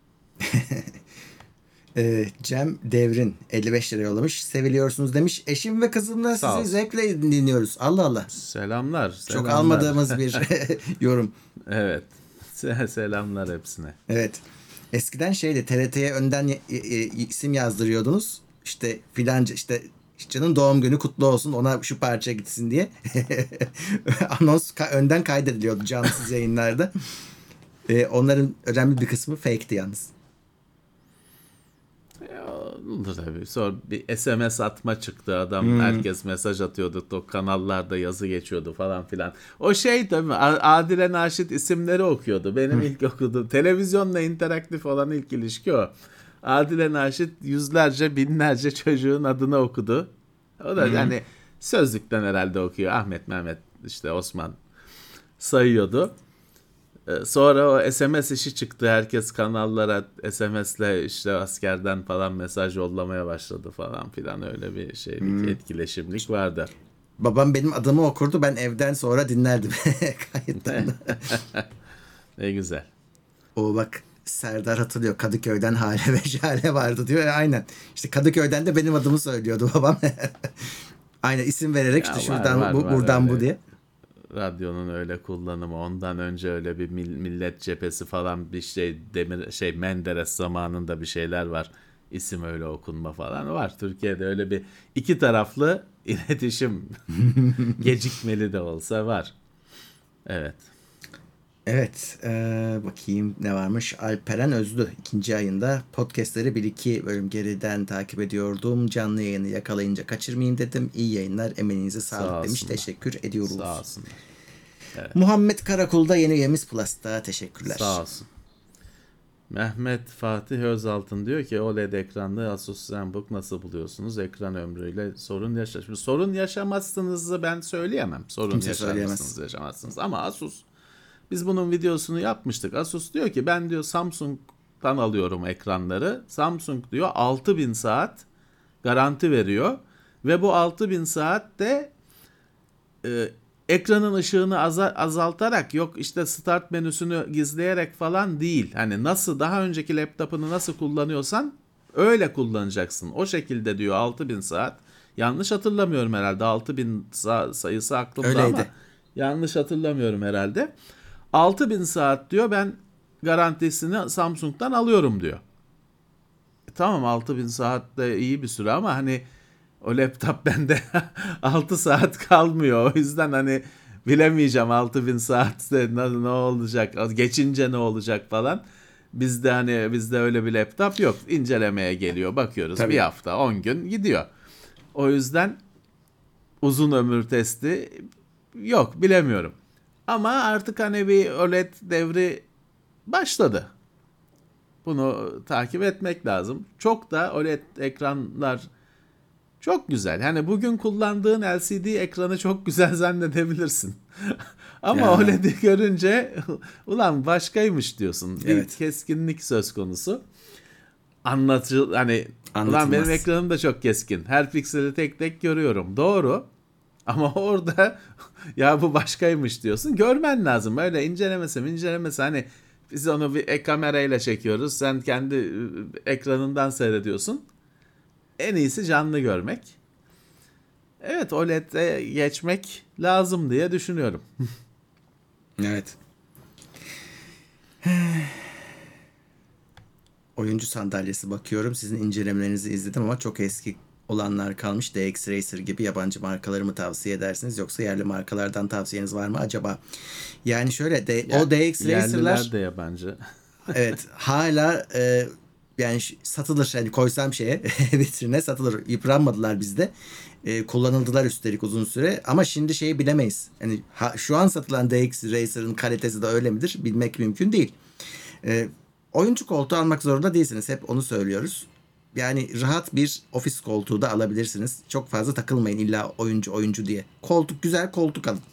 Ee, Cem Devrin elli beş lira yollamış. Seviliyorsunuz demiş. Eşim ve kızımla Sağ sizi olsun. zevkle dinliyoruz. Allah Allah. Selamlar. Çok selamlar. almadığımız bir yorum. Evet. Selamlar hepsine. Evet. Eskiden şeydi, T R T'ye önden e, e, isim yazdırıyordunuz. İşte filanca işte canın doğum günü kutlu olsun, ona şu parça gitsin diye. Anons ka- önden kaydediliyordu cansız yayınlarda. E, onların önemli bir kısmı fake'ti yalnız. Olur tabii. Sonra bir S M S atma çıktı. Adam hmm. herkes mesaj atıyordu. O kanallarda yazı geçiyordu falan filan. O şey tabii, Adile Naşit isimleri okuyordu. Benim ilk okuduğum televizyonla interaktif olan ilk ilişki o. Adile Naşit yüzlerce binlerce çocuğun adını okudu. O da hmm. yani sözlükten herhalde okuyor. Ahmet, Mehmet, işte Osman sayıyordu. Sonra o S M S işi çıktı. Herkes kanallara S M S'le işte askerden falan mesaj yollamaya başladı falan filan, öyle bir şeylik hmm. etkileşimlik vardı. Babam benim adımı okurdu. Ben evden sonra dinlerdim kayıtlarını. Ne güzel. O bak, Serdar hatırlıyor. Kadıköy'den Hale ve Jale vardı diyor. E, aynen. İşte Kadıköy'den de benim adımı söylüyordu babam. Aynen, isim vererek ya işte var, şuradan var, bu, var, buradan öyle. Bu diye. Radyonun öyle kullanımı, ondan önce öyle bir millet cephesi falan bir şey, demir şey Menderes zamanında bir şeyler var. İsim öyle okunma falan var. Türkiye'de öyle bir iki taraflı iletişim gecikmeli de olsa var. Evet. Evet. Ee, bakayım ne varmış. Alperen Özlü ikinci ayında podcastleri bir iki bölüm geriden takip ediyordum. Canlı yayını yakalayınca kaçırmayayım dedim. İyi yayınlar, emeğinize sağlık Sağ demiş. Teşekkür ediyoruz. Sağ olsunlar. Evet. Muhammed Karakul'da yeni üyemiz Plus'ta. Teşekkürler. Sağ olsun. Mehmet Fatih Özaltın diyor ki O L E D ekranlı Asus ZenBook nasıl buluyorsunuz? Ekran ömrüyle sorun yaşamışsınız. Sorun yaşamazsınızı ben söyleyemem. Sorun Kimse yaşamazsınız, yaşamazsınız. Ama Asus, biz bunun videosunu yapmıştık. Asus diyor ki ben diyor Samsung'dan alıyorum ekranları. Samsung diyor altı bin saat garanti veriyor. Ve bu altı bin saat de e, ekranın ışığını azaltarak, yok işte start menüsünü gizleyerek falan değil. Hani nasıl daha önceki laptopunu nasıl kullanıyorsan öyle kullanacaksın. O şekilde diyor altı bin saat. Yanlış hatırlamıyorum herhalde. altı bin sayısı aklımda Öyleydi. Ama yanlış hatırlamıyorum herhalde. altı bin saat diyor, ben garantisini Samsung'dan alıyorum diyor. E tamam, altı bin saat de iyi bir süre ama hani o laptop bende altı saat kalmıyor. O yüzden hani bilemeyeceğim altı bin saatte ne, ne olacak, geçince ne olacak falan. Bizde hani bizde öyle bir laptop yok. İncelemeye geliyor, bakıyoruz. Tabii. Bir hafta on gün gidiyor. O yüzden uzun ömür testi yok, bilemiyorum. Ama artık hani bir O L E D devri başladı. Bunu takip etmek lazım. Çok da O L E D ekranlar çok güzel. Hani bugün kullandığın L C D ekranı çok güzel zannedebilirsin. Ama ya. O L E D'i görünce ulan başkaymış diyorsun. Evet. Bir keskinlik söz konusu. Anlatı hani ulan benim ekranım da çok keskin. Her pikseli tek tek görüyorum. Doğru. Ama orada ya bu başkaymış diyorsun. Görmen lazım. Öyle incelemesi incelemesi hani biz onu bir kamerayla çekiyoruz. Sen kendi ekranından seyrediyorsun. En iyisi canlı görmek. Evet, O L E D'e geçmek lazım diye düşünüyorum. Evet. Oyuncu sandalyesi bakıyorum. Sizin incelemelerinizi izledim ama çok eski olanlar kalmış. D X Racer gibi yabancı markaları mı tavsiye edersiniz yoksa yerli markalardan tavsiyeniz var mı acaba? Yani şöyle de, Ya, o D X yerliler Racer'lar de yabancı. evet hala e, yani ş- satılır. Yani koysam şeye vitrine satılır. Yıpranmadılar bizde. E, kullanıldılar üstelik uzun süre. Ama şimdi şeyi bilemeyiz. Yani ha- şu an satılan D X Racer'ın kalitesi de öyle midir? Bilmek mümkün değil. E, Oyuncu koltuğu almak zorunda değilsiniz. Hep onu söylüyoruz. Yani rahat bir ofis koltuğu da alabilirsiniz. Çok fazla takılmayın illa oyuncu oyuncu diye. Koltuk güzel koltuk alın.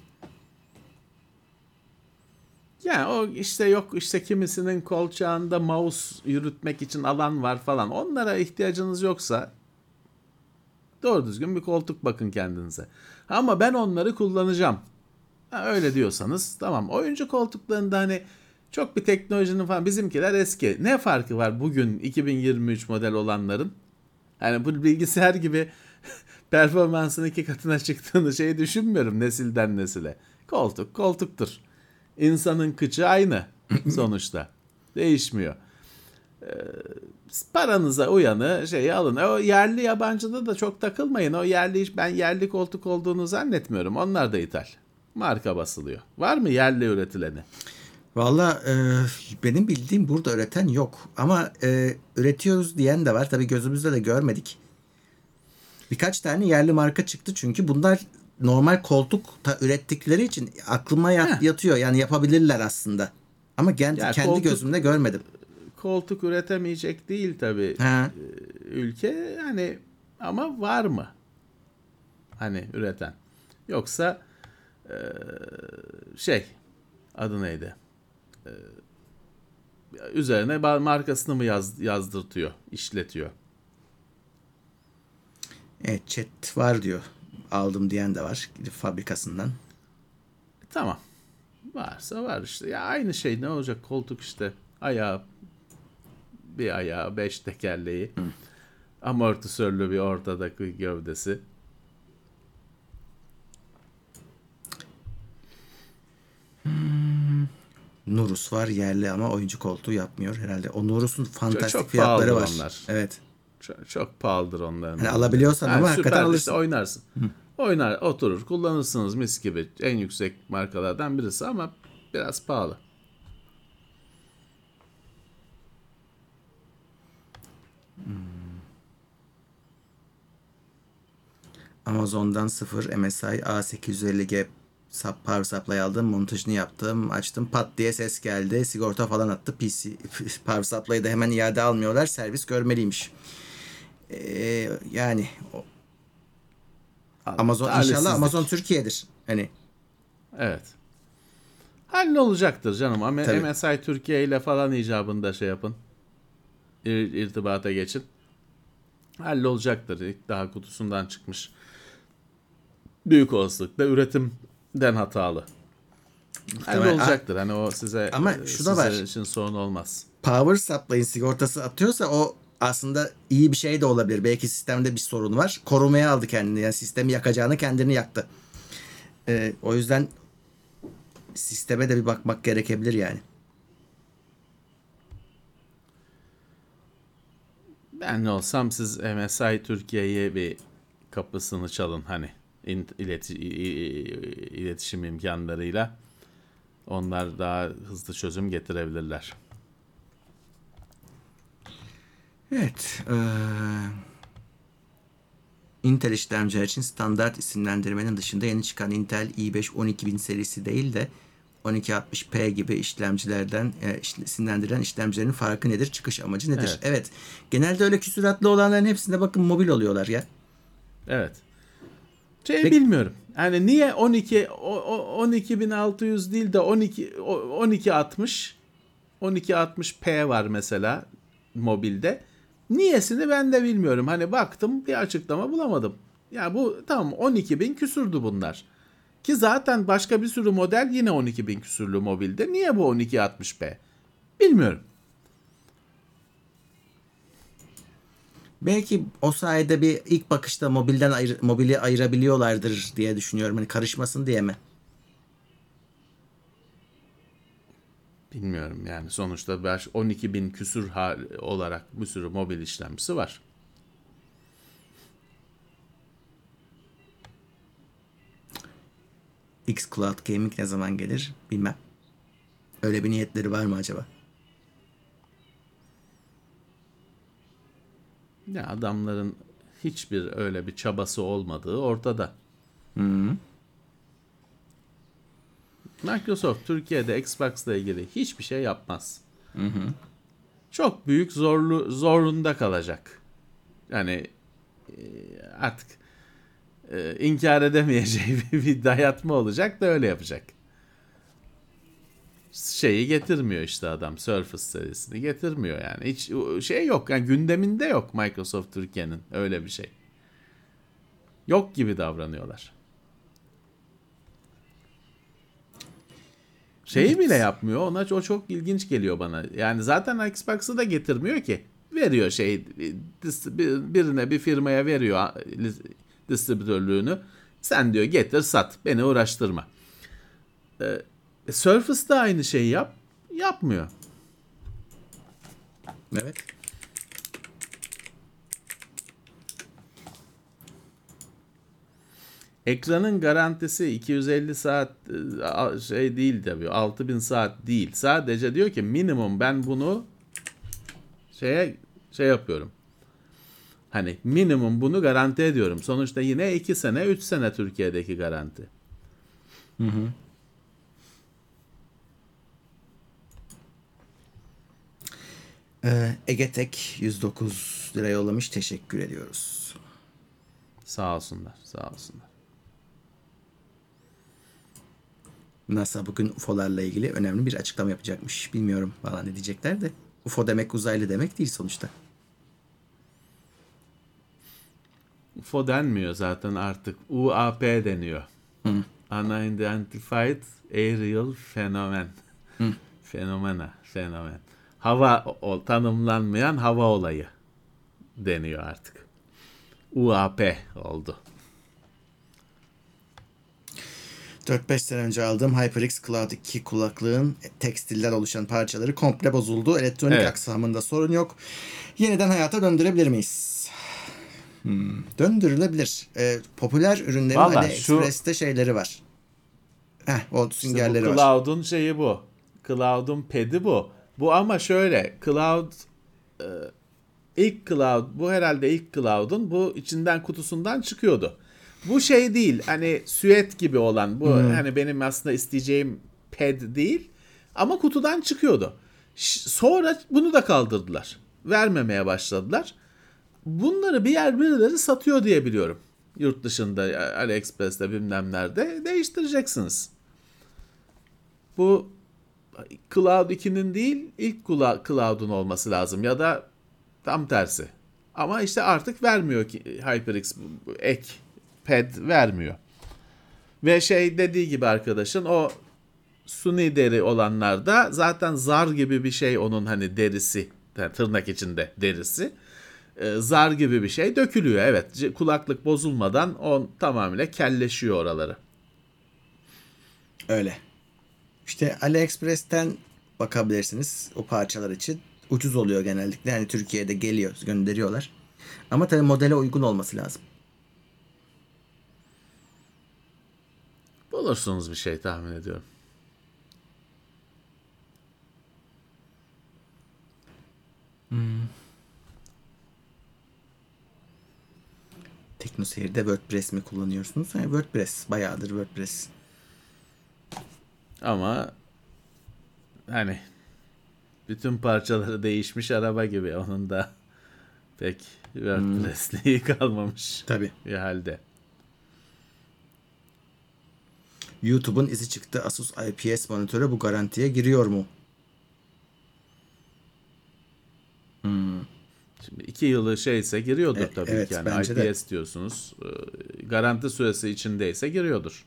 Yani o işte yok işte kimisinin kolçağında mouse yürütmek için alan var falan. Onlara ihtiyacınız yoksa doğru düzgün bir koltuk bakın kendinize. Ama ben onları kullanacağım. Ha, öyle diyorsanız tamam. Oyuncu koltuklarında hani çok bir teknolojinin falan bizimkiler eski. Ne farkı var bugün iki bin yirmi üç model olanların? Hani bu bilgisayar gibi performansın iki katına çıktığını şey düşünmüyorum nesilden nesile. Koltuk koltuktur. İnsanın kıçı aynı sonuçta. Değişmiyor. Paranıza uyanı şeyi alın. O yerli yabancıda da çok takılmayın. O yerli ben yerli koltuk olduğunu zannetmiyorum. Onlar da ithal. Marka basılıyor. Var mı yerli üretileni? Valla e, benim bildiğim burada üreten yok. Ama e, üretiyoruz diyen de var. Tabii gözümüzde de görmedik. Birkaç tane yerli marka çıktı çünkü bunlar normal koltuk da ürettikleri için aklıma yat- Heh. yatıyor. Yani yapabilirler aslında. Ama kendi, Ya kendi koltuk- gözümle görmedim. Koltuk üretemeyecek değil tabii Ha. e, ülke. Hani ama var mı? Hani üreten. Yoksa e, şey adı neydi? E, üzerine ba- markasını mı yaz, yazdırtıyor, işletiyor? Evet, chat var diyor. Aldım diyen de var. Gidip fabrikasından. Tamam. Varsa var işte. Ya aynı şey ne olacak koltuk işte. Ayağı bir ayağı, beş tekerleği. Amortisörlü bir ortadaki gövdesi. Nurus var yerli ama oyuncu koltuğu yapmıyor herhalde. O Nurus'un fantastik çok fiyatları pahalıdır var. onlar. Evet. Çok, çok pahalıdır onların. Hani alabiliyorsan ama hakikaten süper alırsın. işte oynarsın. Oynar, oturur, kullanırsınız mis gibi. En yüksek markalardan birisi ama biraz pahalı. Amazon'dan sıfır M S I A sekiz yüz elli G sap, power supply aldım. Montajını yaptım. Açtım. Pat diye ses geldi. Sigorta falan attı. P C power supply'ı da hemen iade almıyorlar. Servis görmeliymiş. Ee, yani o- Amazon inşallah Talihsizlik. Amazon Türkiye'dir. Hani Evet. Hallolacaktır canım. Ama Tabii. M S I Türkiye ile falan icabında şey yapın. İr- irtibata geçin. Hallolacaktır. İlk daha kutusundan çıkmış. Büyük olasılıkla üretimden hatalı. Hallolacaktır. Hani o size Ama e, şu da size var. için sorun olmaz. power supply'ın sigortası atıyorsa o aslında iyi bir şey de olabilir. Belki sistemde bir sorun var. Korumaya aldı kendini. Yani sistemi yakacağını kendini yaktı. Ee, o yüzden sisteme de bir bakmak gerekebilir yani. Ben ne olsam siz M S I Türkiye'ye bir kapısını çalın hani in- ileti- i- i- iletişim imkanlarıyla. Onlar daha hızlı çözüm getirebilirler. Evet. Ee, Intel işlemciler için standart isimlendirmenin dışında yeni çıkan Intel i beş on iki bin serisi değil de on iki altmış P gibi işlemcilerden e, iş- isimlendirilen işlemcilerin farkı nedir? Çıkış amacı nedir? Evet. Evet. Genelde öyle küsuratlı olanların hepsinde bakın mobil oluyorlar ya. Evet. Şey Ve- bilmiyorum. Yani niye on iki o- o- on iki bin altı yüz değil de on iki o- on iki altmış on iki altmış P var mesela mobilde. Niyesini ben de bilmiyorum. Hani baktım bir açıklama bulamadım. Ya bu tamam on iki bin küsürdü bunlar. Ki zaten başka bir sürü model yine on iki bin küsürlü mobilde. Niye bu on iki altmış P? Bilmiyorum. Belki o sayede bir ilk bakışta mobilden ayır, mobili ayırabiliyorlardır diye düşünüyorum. Hani karışmasın diye mi? Bilmiyorum yani sonuçta on iki bin küsür olarak bir sürü mobil işlemcisi var. xCloud Gaming ne zaman gelir bilmem. Öyle bir niyetleri var mı acaba? Ya adamların hiçbir öyle bir çabası olmadığı ortada. Hı. Microsoft Türkiye'de Xbox'la ilgili hiçbir şey yapmaz. Hı hı. Çok büyük zorlu zorunda kalacak. Yani artık e, inkar edemeyeceği bir dayatma olacak da öyle yapacak. Şeyi getirmiyor işte adam. Surface serisini getirmiyor yani. Hiç şey yok. Yani gündeminde yok Microsoft Türkiye'nin öyle bir şey. Yok gibi davranıyorlar. Şeyi evet. bile yapmıyor. Ona o çok ilginç geliyor bana. Yani zaten Xbox'ı da getirmiyor ki. Veriyor şey birine bir firmaya veriyor distribütörlüğünü. Sen diyor getir sat. Beni uğraştırma. Ee, Surface da aynı şeyi yap. Yapmıyor. Evet. Ekranın garantisi iki yüz elli saat şey değil tabii. altı bin saat değil. Sadece diyor ki minimum ben bunu şeye şey yapıyorum. Hani minimum bunu garanti ediyorum. Sonuçta yine iki sene, üç sene Türkiye'deki garanti. Hı hı. Ee, Egetek yüz dokuz lira yollamış. Teşekkür ediyoruz. Sağ olsunlar, sağ olsunlar. NASA bugün U F O'larla ilgili önemli bir açıklama yapacakmış. Bilmiyorum valla ne diyecekler de. U F O demek uzaylı demek değil sonuçta. U F O denmiyor zaten artık. U A P deniyor. Hı. Unidentified Aerial Phenomenon. Hı. Fenomena, fenomen. Hava o, tanımlanmayan hava olayı deniyor artık. U A P oldu. dört beş sene önce aldığım HyperX Cloud iki kulaklığın tekstilden oluşan parçaları komple bozuldu. Elektronik Evet. aksamında sorun yok. Yeniden hayata döndürebilir miyiz? Hmm. Döndürülebilir. Ee, popüler ürünlerin Vallahi AliExpress'te şeyleri var. Heh, o İşte süngerleri bu var. Cloud'un şeyi bu. Cloud'un pad'i bu. Bu ama şöyle. Cloud e, ilk Cloud bu herhalde ilk Cloud'un bu içinden kutusundan çıkıyordu. Bu şey değil. Hani süet gibi olan bu Hmm. hani benim aslında isteyeceğim pad değil ama kutudan çıkıyordu. Ş- Sonra bunu da kaldırdılar. Vermemeye başladılar. Bunları bir yer birileri satıyor diye biliyorum. Yurt dışında AliExpress'te bilmem nerede değiştireceksiniz. Bu Cloud ikinin değil ilk Cloud'un olması lazım ya da tam tersi. Ama işte artık vermiyor ki HyperX ek pad vermiyor. Ve şey dediği gibi arkadaşın o suni deri olanlarda zaten zar gibi bir şey onun hani derisi yani tırnak içinde derisi. Zar gibi bir şey dökülüyor. Evet kulaklık bozulmadan o tamamıyla kelleşiyor oraları. Öyle. İşte AliExpress'ten bakabilirsiniz o parçalar için. Ucuz oluyor genellikle. Yani Türkiye'de geliyor, gönderiyorlar. Ama tabii modele uygun olması lazım. Bulursunuz bir şey tahmin ediyorum. Hmm. TeknoSeyir'de WordPress mi kullanıyorsunuz? Yani WordPress. Bayağıdır WordPress. Ama hani bütün parçaları değişmiş araba gibi. Onun da pek WordPress'liği hmm. kalmamış. Tabii. Bir halde. YouTube'un izi çıktı. Asus I P S monitörü bu garantiye giriyor mu? Hmm. Şimdi iki yılı şeyse giriyordur e, tabii evet, ki. Yani bence I P S de. diyorsunuz. Garanti süresi içindeyse giriyordur.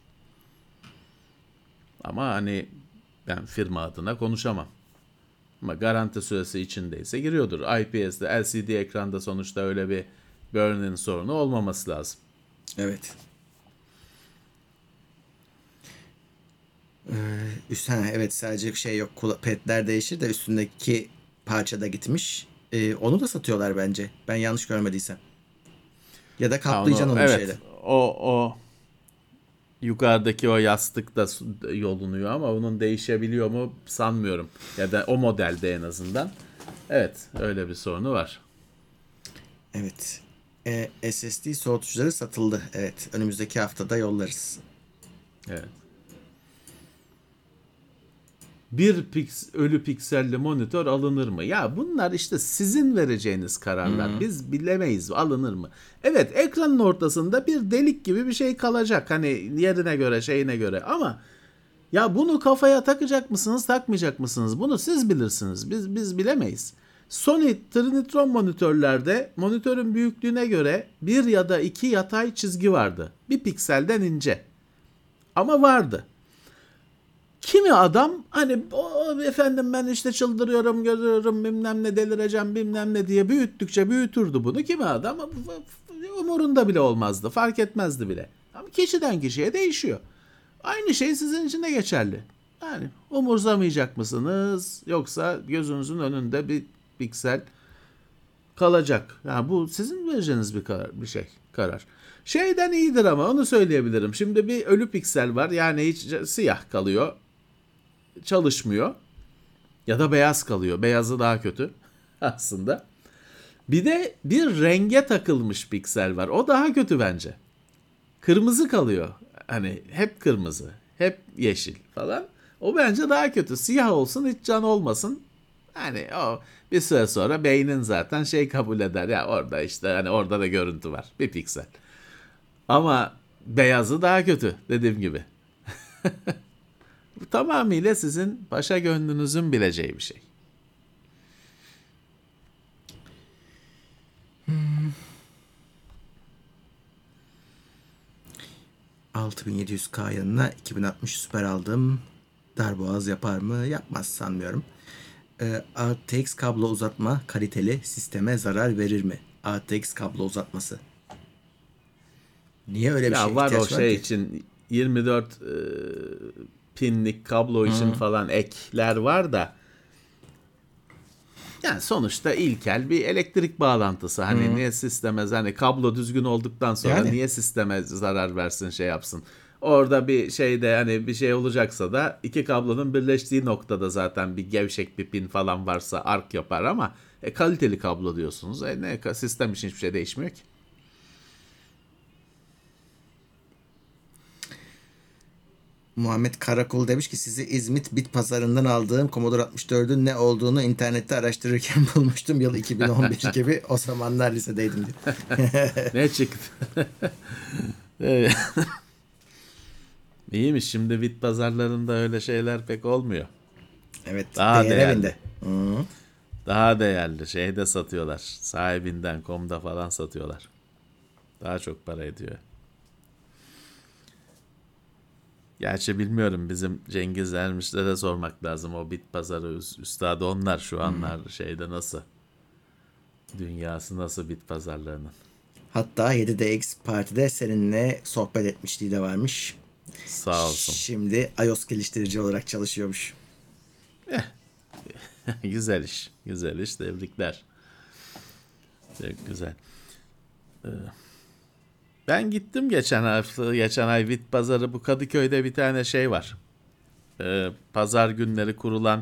Ama hani ben firma adına konuşamam. Ama garanti süresi içindeyse giriyordur. I P S'de L C D ekranda sonuçta öyle bir burn-in sorunu olmaması lazım. Evet. Ee, üst, ha, evet sadece şey yok. Kula- Petler değişir de üstündeki parça da gitmiş. Ee, onu da satıyorlar bence. Ben yanlış görmediysem. Ya da Ha, onu, kaplayacaksın onu bir şeyle. evet, o o yukarıdaki o yastık da su- yolunuyor ama onun değişebiliyor mu sanmıyorum. Ya da o modelde en azından. Evet, öyle bir sorunu var. Evet. Ee, S S D soğutucuları satıldı. Evet. Önümüzdeki haftada yollarız. Evet. Bir pix, ölü pikselli monitör alınır mı? Ya bunlar işte sizin vereceğiniz kararlar. Biz bilemeyiz alınır mı? Evet, ekranın ortasında bir delik gibi bir şey kalacak. Hani yerine göre, şeyine göre ama ya bunu kafaya takacak mısınız, takmayacak mısınız? Bunu siz bilirsiniz. Biz biz bilemeyiz. Sony Trinitron monitörlerde monitörün büyüklüğüne göre bir ya da iki yatay çizgi vardı. Bir pikselden ince. Ama vardı. Kimi adam hani o, efendim ben işte çıldırıyorum, görüyorum bilmem ne delireceğim bilmem ne diye büyüttükçe büyütürdü bunu. Kimi adam umurunda bile olmazdı, fark etmezdi bile. Ama kişiden kişiye değişiyor. Aynı şey sizin için de geçerli. Yani umursamayacak mısınız yoksa gözünüzün önünde bir piksel kalacak. Yani bu sizin vereceğiniz bir karar, bir şey, karar. Şeyden iyidir ama onu söyleyebilirim. Şimdi bir ölü piksel var yani hiç siyah kalıyor, çalışmıyor ya da beyaz kalıyor. Beyazı daha kötü aslında. Bir de bir renge takılmış piksel var. O daha kötü bence. Kırmızı kalıyor. Hani hep kırmızı, hep yeşil falan. O bence daha kötü. Siyah olsun hiç can olmasın. Hani o bir süre sonra beynin zaten şey kabul eder. Ya orada işte hani orada da görüntü var. Bir piksel. Ama beyazı daha kötü dediğim gibi. Bu tamamıyla sizin paşa gönlünüzün bileceği bir şey. altı bin yedi yüz K yanına iki bin altmış Super aldım. Darboğaz yapar mı? Yapmaz sanmıyorum. Ee, A T X kablo uzatma kaliteli sisteme zarar verir mi? A T X kablo uzatması. Niye öyle bir şeye Ya var o ihtiyaç var şey ki? için yirmi dört e, pinlik kablo için falan ekler var da yani sonuçta ilkel bir elektrik bağlantısı. Hani niye sisteme hani kablo düzgün olduktan sonra Yani. niye sisteme zarar versin şey yapsın. Orada bir şeyde hani bir şey olacaksa da iki kablonun birleştiği noktada zaten bir gevşek bir pin falan varsa ark yapar ama e, kaliteli kablo diyorsunuz. E, ne sistem için hiçbir şey değişmiyor ki. Muhammed Karakul demiş ki sizi İzmit Bit Pazarı'ndan aldığım Commodore altmış dördün ne olduğunu internette araştırırken bulmuştum. Yıl iki bin on bir gibi o zamanlar lisedeydim diyor. Ne çıktı? Evet. İyiymiş şimdi bit pazarlarında öyle şeyler pek olmuyor. Evet. Daha değer değerli. evinde. Hı. Daha değerli şeyde satıyorlar. Sahibinden nokta com'da falan satıyorlar. Daha çok para ediyor. Gerçi bilmiyorum bizim Cengiz Ermiş'le de sormak lazım. O bit pazarı üst- üstadı onlar şu anlar şeyde nasıl? Dünyası nasıl bit pazarlarının? Hatta yedi D X Parti'de seninle sohbet etmişliği de varmış. Sağ olsun. Şimdi iOS geliştirici olarak çalışıyormuş. Güzel iş. Güzel iş. Tebrikler. Çok güzel. Ee, Ben gittim geçen hafta, geçen ay bit pazarı bu Kadıköy'de bir tane şey var. Ee, pazar günleri kurulan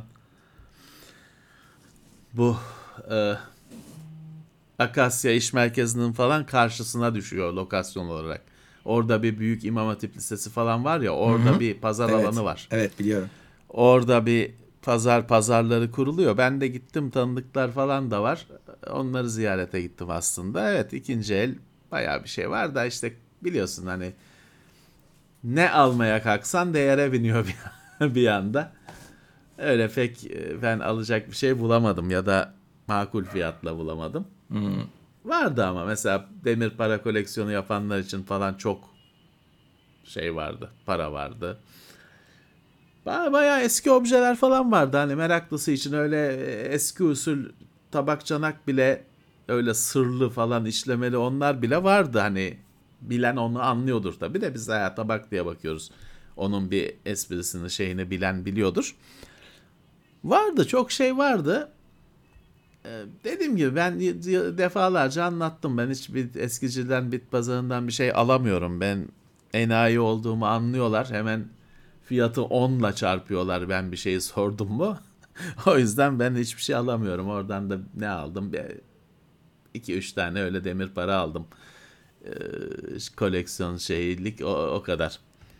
bu e, Akasya İş Merkezi'nin falan karşısına düşüyor lokasyon olarak. Orada bir büyük İmam Hatip Lisesi falan var ya orada Hı hı. bir pazar Evet. alanı var. Evet biliyorum. Orada bir pazar pazarları kuruluyor. Ben de gittim tanıdıklar falan da var. Onları ziyarete gittim aslında. Evet ikinci el bayağı bir şey var da işte biliyorsun hani ne almaya kalksan değere biniyor bir, bir anda. Öyle pek e, ben alacak bir şey bulamadım ya da makul fiyatla bulamadım. Vardı ama mesela demir para koleksiyonu yapanlar için falan çok şey vardı, para vardı. Ba- Bayağı eski objeler falan vardı hani meraklısı için öyle eski usul tabak çanak bile öyle sırlı falan işlemeli onlar bile vardı hani bilen onu anlıyordur tabii de biz ya tabak diye bakıyoruz. Onun bir esprisini şeyini bilen biliyordur. Vardı, çok şey vardı. Ee, dediğim gibi ben defalarca anlattım. Ben hiçbir eskiciden, bit pazarından bir şey alamıyorum. Ben enayi olduğumu anlıyorlar. Hemen fiyatı onla çarpıyorlar ben bir şeyi sordum mu. O yüzden ben hiçbir şey alamıyorum. Oradan da ne aldım? iki üç tane öyle demir para aldım. Ee, koleksiyon şeylik o, o kadar.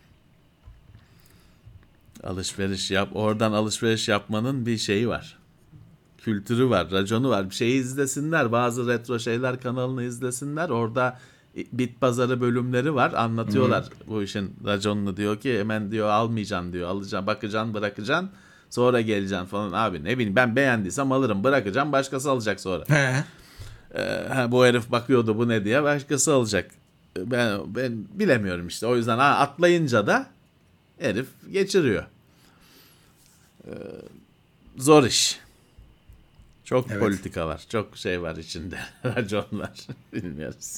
Alışveriş yap. Oradan alışveriş yapmanın bir şeyi var. Kültürü var, raconu var. Bir şeyi izlesinler. Bazı retro şeyler kanalını izlesinler. Orada bit pazarı bölümleri var. Anlatıyorlar hmm. bu işin raconunu. Diyor ki hemen diyor almayacaksın diyor. Alacaksın, bakacaksın, bırakacaksın. Sonra geleceksin falan. Abi ne bileyim ben beğendiysem alırım. Bırakacağım, başkası alacak sonra. He. Ee, bu herif bakıyordu bu ne diye, başkası alacak. Ben ben bilemiyorum işte. O yüzden ha, atlayınca da herif geçiriyor. Ee, zor iş. Çok evet. Politika var. Çok şey var içinde. Racon var. Bilmiyoruz.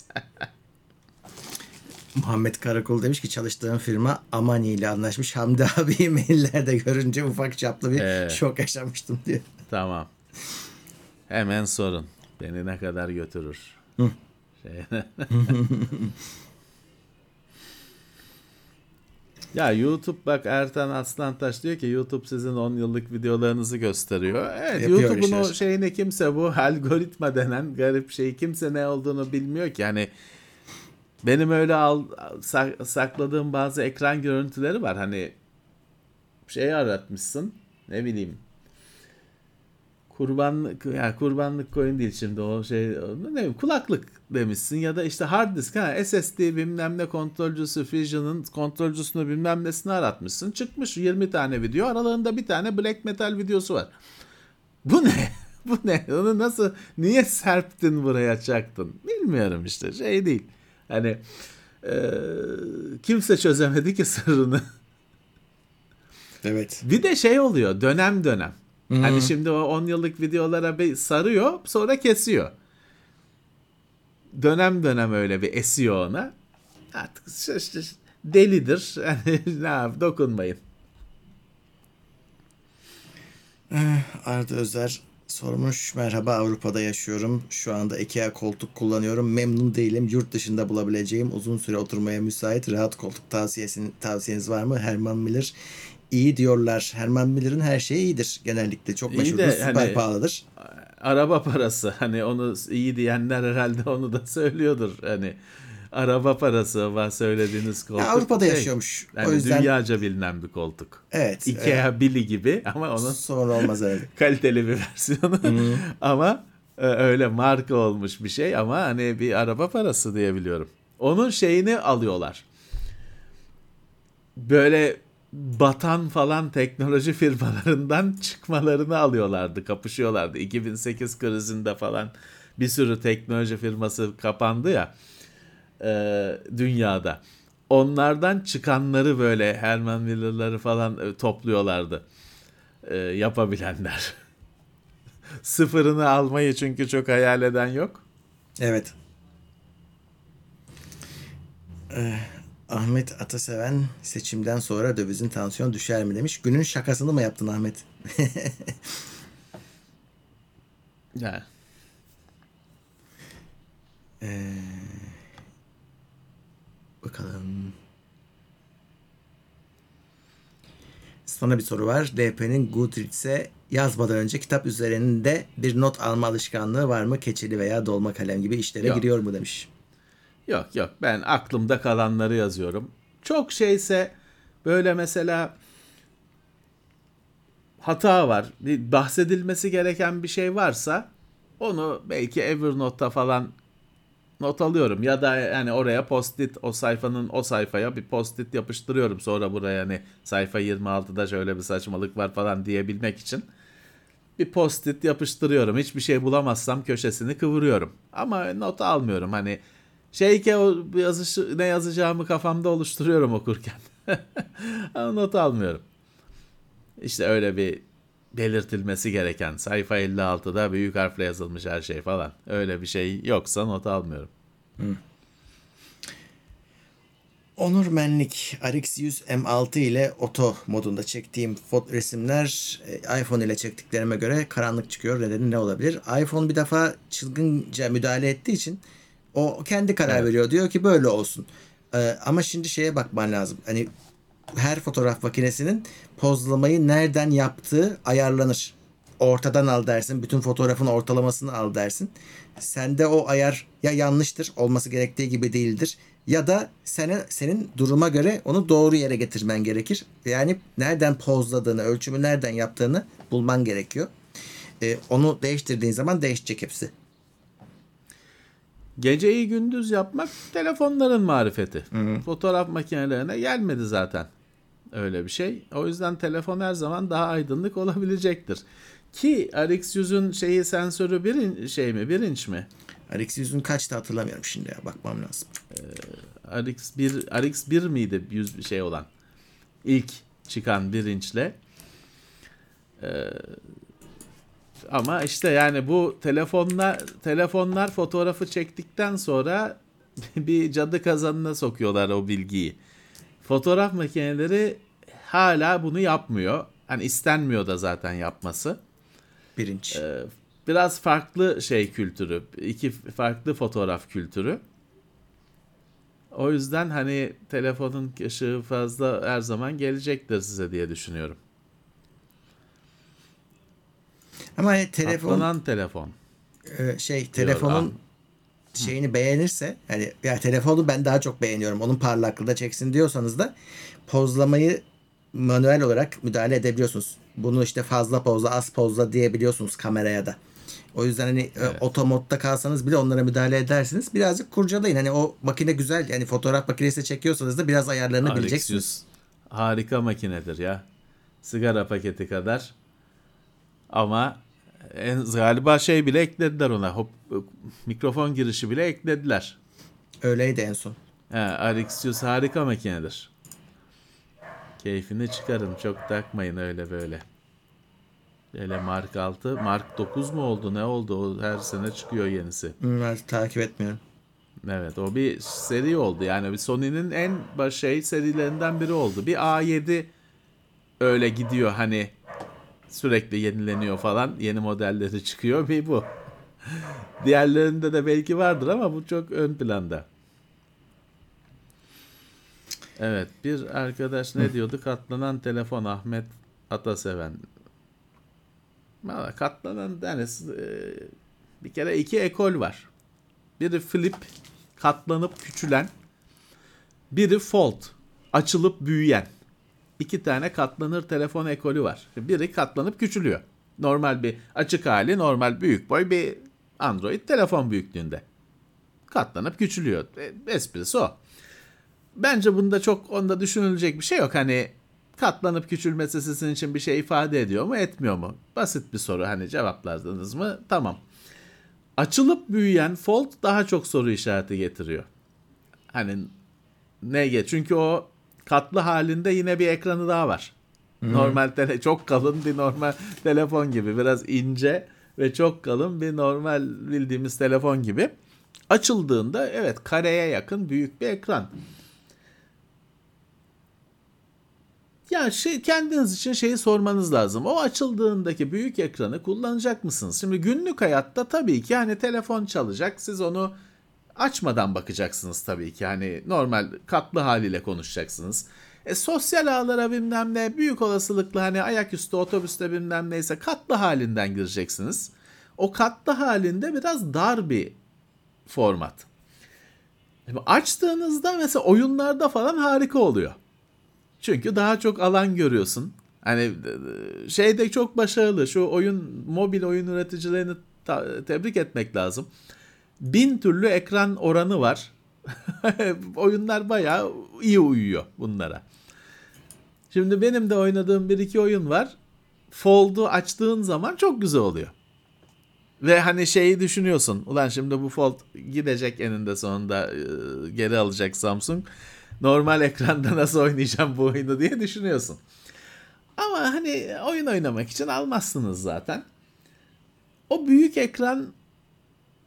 Muhammed Karakul demiş ki çalıştığım firma Amani ile anlaşmış. Hamdi abiyi maillerde görünce ufak çaplı bir ee, şok yaşamıştım diyor. Tamam. Hemen sorun. Beni ne kadar götürür? Hı. Şey... Ya YouTube bak, Ertan Aslantaş diyor ki YouTube sizin on yıllık videolarınızı gösteriyor. Evet, yapıyor YouTube'un o şeyini kimse, bu algoritma denen garip şeyi kimse ne olduğunu bilmiyor ki. Yani benim öyle al, sakladığım bazı ekran görüntüleri var. Hani şey aratmışsın, ne bileyim. Kurbanlık, yani kurbanlık koyun değil şimdi o şey, ne bileyim, kulaklık demişsin ya da işte hard disk, ha S S D bilmem ne kontrolcüsü, Fusion'ın kontrolcüsünü bilmem nesini aratmışsın, çıkmış yirmi tane video, aralarında bir tane black metal videosu var. Bu ne? Bu ne? Onu nasıl, niye serptin buraya, çaktın? Bilmiyorum işte, şey değil. Hani e, kimse çözemedi ki sırrını. Evet. Bir de şey oluyor dönem dönem. Hmm. Hani şimdi o on yıllık videolara bir sarıyor, sonra kesiyor. Dönem dönem öyle bir esiyor ona. Artık işte delidir. Yani ne yap, dokunmayın. Arda Özer sormuş. Merhaba, Avrupa'da yaşıyorum. Şu anda IKEA koltuk kullanıyorum. Memnun değilim. Yurt dışında bulabileceğim uzun süre oturmaya müsait rahat koltuk tavsiyesini, tavsiyeniz var mı? Herman Miller İyi diyorlar. Herman Miller'ın her şeyi iyidir. Genellikle çok iyi meşhurdur. Süper hani, pahalıdır. Araba parası. Hani onu iyi diyenler herhalde onu da söylüyordur. Hani araba parası var söylediğiniz koltuk. Ya Avrupa'da şey, yaşıyormuş. Yani o yüzden dünyaca bilinen bir koltuk. Evet. IKEA evet. Billy gibi ama onun sonra olmaz öyle. Kaliteli bir versiyonu. Hmm. Ama öyle marka olmuş bir şey ama hani bir araba parası diye biliyorum. Onun şeyini alıyorlar. Böyle batan falan teknoloji firmalarından çıkmalarını alıyorlardı, kapışıyorlardı. iki bin sekiz krizinde falan bir sürü teknoloji firması kapandı ya e, dünyada. Onlardan çıkanları böyle Herman Miller'ları falan e, topluyorlardı e, yapabilenler. Sıfırını almayı çünkü çok hayal eden yok. Evet. Ee, Ahmet Ataseven seçimden sonra dövizin tansiyonu düşer mi demiş. Günün şakasını mı yaptın Ahmet? Ya. Ee, bakalım. Sonra bir soru var. D P'nin Goodreads'e yazmadan önce kitap üzerinde bir not alma alışkanlığı var mı? Keçeli veya dolma kalem gibi işlere yok. Giriyor mu demiş. Yok yok, ben aklımda kalanları yazıyorum. Çok şeyse böyle mesela hata var, bir bahsedilmesi gereken bir şey varsa onu belki Evernote'ta falan not alıyorum ya da yani oraya post-it, o sayfanın o sayfaya bir post-it yapıştırıyorum, sonra buraya hani sayfa yirmi altıda şöyle bir saçmalık var falan diyebilmek için bir post-it yapıştırıyorum. Hiçbir şey bulamazsam köşesini kıvırıyorum ama not almıyorum. Hani şeyke o yazış, ne yazacağımı kafamda oluşturuyorum okurken. Ama not almıyorum. İşte öyle bir belirtilmesi gereken sayfa elli altıda büyük harfle yazılmış her şey falan. Öyle bir şey yoksa not almıyorum. Hmm. Onur Menlik, R X yüz M altı ile oto modunda çektiğim foto resimler e, iPhone ile çektiklerime göre karanlık çıkıyor. Nedeni ne olabilir? iPhone bir defa çılgınca müdahale ettiği için o kendi karar Evet. veriyor. Diyor ki böyle olsun. Ee, ama şimdi şeye bakman lazım. Hani her fotoğraf makinesinin pozlamayı nereden yaptığı ayarlanır. Ortadan al dersin. Bütün fotoğrafın ortalamasını al dersin. Sende o ayar ya yanlıştır, olması gerektiği gibi değildir. Ya da senin, senin duruma göre onu doğru yere getirmen gerekir. Yani nereden pozladığını, ölçümü nereden yaptığını bulman gerekiyor. Ee, onu değiştirdiğin zaman değişecek hepsi. Geceyi gündüz yapmak telefonların marifeti. Fotoğraf makinelerine gelmedi zaten öyle bir şey. O yüzden telefon her zaman daha aydınlık olabilecektir. Ki R X yüzün şeyi sensörü bir in- şey mi? Bir inç mi? R X yüzün kaçtı hatırlamıyorum şimdi ya. Bakmam lazım. R X bir R X bir miydi yüz şey olan? İlk çıkan bir inçle. Ee, ama işte yani bu telefonlar telefonlar fotoğrafı çektikten sonra bir cadı kazanına sokuyorlar o bilgiyi. Fotoğraf makineleri hala bunu yapmıyor. Hani istenmiyor da zaten yapması. Birinci. Ee, biraz farklı şey kültürü. İki farklı fotoğraf kültürü. O yüzden hani telefonun ışığı fazla her zaman gelecektir size diye düşünüyorum. Ama hani telefon Katlanan telefon. e, şey telefonun ah. şeyini beğenirse hani ya telefonu ben daha çok beğeniyorum. Onun parlaklığında çeksin diyorsanız da pozlamayı manuel olarak müdahale edebiliyorsunuz. Bunu işte fazla pozla, az pozla diyebiliyorsunuz kameraya da. O yüzden hani Evet. e, oto modda kalsanız bile onlara müdahale edersiniz. Birazcık kurcalayın. Hani o makine güzel. Yani fotoğraf makinesi çekiyorsanız da biraz ayarlarını R X bileceksiniz. yüz harika makinedir ya. Sigara paketi kadar. Ama en, galiba şey bile eklediler ona. Hop, mikrofon girişi bile eklediler. Öyleydi en son. He, R X yüz harika makinedir. Keyfini çıkarın. Çok takmayın öyle böyle. Öyle Mark altı. Mark dokuz mu oldu? Ne oldu? O her sene çıkıyor yenisi. Hmm, ben takip etmiyorum. Evet, o bir seri oldu. Yani bir Sony'nin en baş şey serilerinden biri oldu. Bir A yedi öyle gidiyor hani sürekli yenileniyor falan. Yeni modelleri çıkıyor. Bir bu. Diğerlerinde de belki vardır ama bu çok ön planda. Evet, bir arkadaş ne diyordu? Katlanan telefon Ahmet Ataseven. Valla katlanan yani e, bir kere iki ekol var. Biri flip, katlanıp küçülen. Biri fold, açılıp büyüyen. İki tane katlanır telefon ekolü var. Biri katlanıp küçülüyor. Normal bir açık hali, normal büyük boy bir Android telefon büyüklüğünde. Katlanıp küçülüyor. E, esprisi o. Bence bunda çok onda düşünülecek bir şey yok. Hani katlanıp küçülmesi sizin için bir şey ifade ediyor mu, etmiyor mu? Basit bir soru. Hani cevapladınız mı? Tamam. Açılıp büyüyen fold daha çok soru işareti getiriyor. Hani ne ge? Çünkü o katlı halinde yine bir ekranı daha var. Hı-hı. Normal tele çok kalın bir normal telefon gibi, biraz ince ve çok kalın bir normal bildiğimiz telefon gibi. Açıldığında evet kareye yakın büyük bir ekran. Ya şey, kendiniz için şeyi sormanız lazım. O açıldığındaki büyük ekranı kullanacak mısınız? Şimdi günlük hayatta tabii ki hani telefon çalacak. Siz onu açmadan bakacaksınız tabii ki. Hani normal katlı haliyle konuşacaksınız. E, sosyal ağlara bilmem ne büyük olasılıkla hani ayaküstü otobüste bilmem neyse katlı halinden gireceksiniz. O katlı halinde biraz dar bir format. Şimdi açtığınızda mesela oyunlarda falan harika oluyor. Çünkü daha çok alan görüyorsun. Hani şeyde çok başarılı. Şu oyun mobil oyun üreticilerini ta- tebrik etmek lazım. Bin türlü ekran oranı var. Oyunlar bayağı iyi uyuyor bunlara. Şimdi benim de oynadığım bir iki oyun var. Fold'u açtığın zaman çok güzel oluyor. Ve hani şeyi düşünüyorsun. Ulan şimdi bu Fold gidecek eninde sonunda geri alacak Samsung. Normal ekranda nasıl oynayacağım bu oyunu diye düşünüyorsun. Ama hani oyun oynamak için almazsınız zaten. O büyük ekran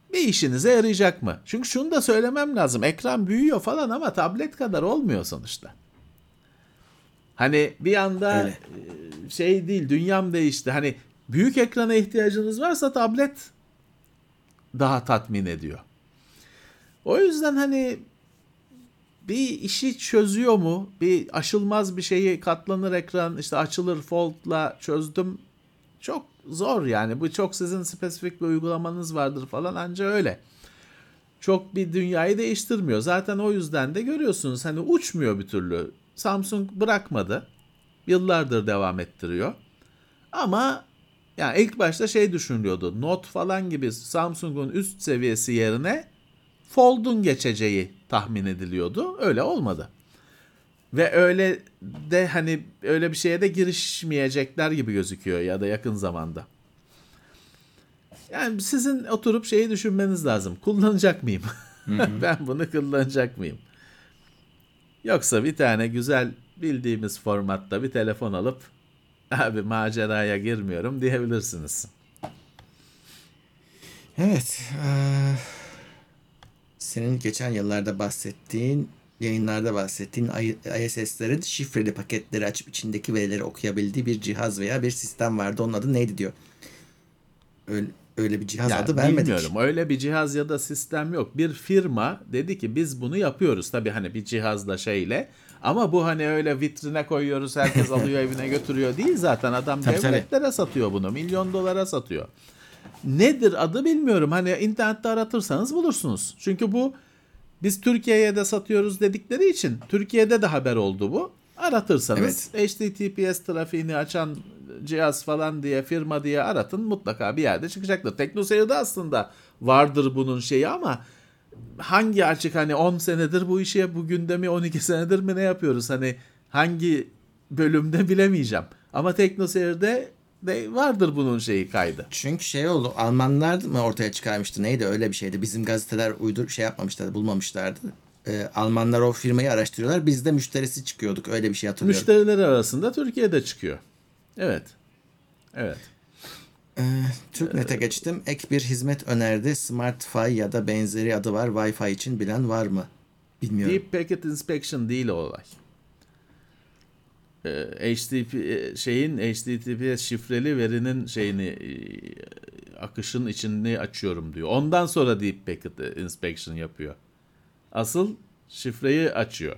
bir işinize yarayacak mı? Çünkü şunu da söylemem lazım. Ekran büyüyor falan ama tablet kadar olmuyor sonuçta. Hani bir anda Öyle. şey değil, dünyam değişti. Hani büyük ekrana ihtiyacınız varsa tablet daha tatmin ediyor. O yüzden hani bir işi çözüyor mu? Bir aşılmaz bir şeyi katlanır ekran işte açılır fold'la çözdüm. Çok zor yani. Bu çok sizin spesifik bir uygulamanız vardır falan anca öyle. Çok bir dünyayı değiştirmiyor. Zaten o yüzden de görüyorsunuz hani uçmuyor bir türlü. Samsung bırakmadı. Yıllardır devam ettiriyor. Ama yani ilk başta şey düşünülüyordu. Note falan gibi Samsung'un üst seviyesi yerine Fold'un geçeceği tahmin ediliyordu. Öyle olmadı. Ve öyle de hani öyle bir şeye de girişmeyecekler gibi gözüküyor ya da yakın zamanda. Yani sizin oturup şeyi düşünmeniz lazım. Kullanacak mıyım? Ben bunu kullanacak mıyım? Yoksa bir tane güzel bildiğimiz formatta bir telefon alıp abi maceraya girmiyorum diyebilirsiniz. Evet. eee, senin geçen yıllarda bahsettiğin, yayınlarda bahsettiğin I S S'lerin şifreli paketleri açıp içindeki verileri okuyabildiği bir cihaz veya bir sistem vardı. Onun adı neydi diyor. Öyle, öyle bir cihaz Yani adı vermedik. bilmiyorum. Öyle bir cihaz ya da sistem yok. Bir firma dedi ki biz bunu yapıyoruz. Tabii hani bir cihazla şeyle. Ama bu hani öyle vitrine koyuyoruz, herkes alıyor evine götürüyor değil zaten. Adam Tabii, devletlere tabii. satıyor bunu. Milyon dolara satıyor. Nedir adı bilmiyorum. Hani internette aratırsanız bulursunuz. Çünkü bu biz Türkiye'ye de satıyoruz dedikleri için Türkiye'de de haber oldu bu. Aratırsanız Evet. H T T P S trafiğini açan cihaz falan diye firma diye aratın mutlaka bir yerde çıkacaktır. TeknoSeyir'de aslında vardır bunun şeyi ama hangi açık hani on senedir bu işe bu gündemi on iki senedir mi ne yapıyoruz hani hangi bölümde bilemeyeceğim. Ama TeknoSeyir'de de vardır bunun şeyi kaydı. Çünkü şey oldu. Almanlar mı ortaya çıkarmıştı? Neydi? Öyle bir şeydi. Bizim gazeteler uydur şey yapmamışlardı, bulmamışlardı. Ee, Almanlar o firmayı araştırıyorlar. Biz de müşterisi çıkıyorduk. Öyle bir şey hatırlıyorum. Müşteriler arasında Türkiye'de çıkıyor. Evet. Evet. Ee, TürkNet'e geçtim. Ek bir hizmet önerdi. SmartFi ya da benzeri adı var. Wi-Fi için bilen var mı? Bilmiyorum. Deep Packet Inspection değil o olay. Ee, H T T P şeyin H T T P S şifreli verinin şeyini e, akışın içini açıyorum diyor. Ondan sonra Deep Packet Inspection yapıyor. Asıl şifreyi açıyor.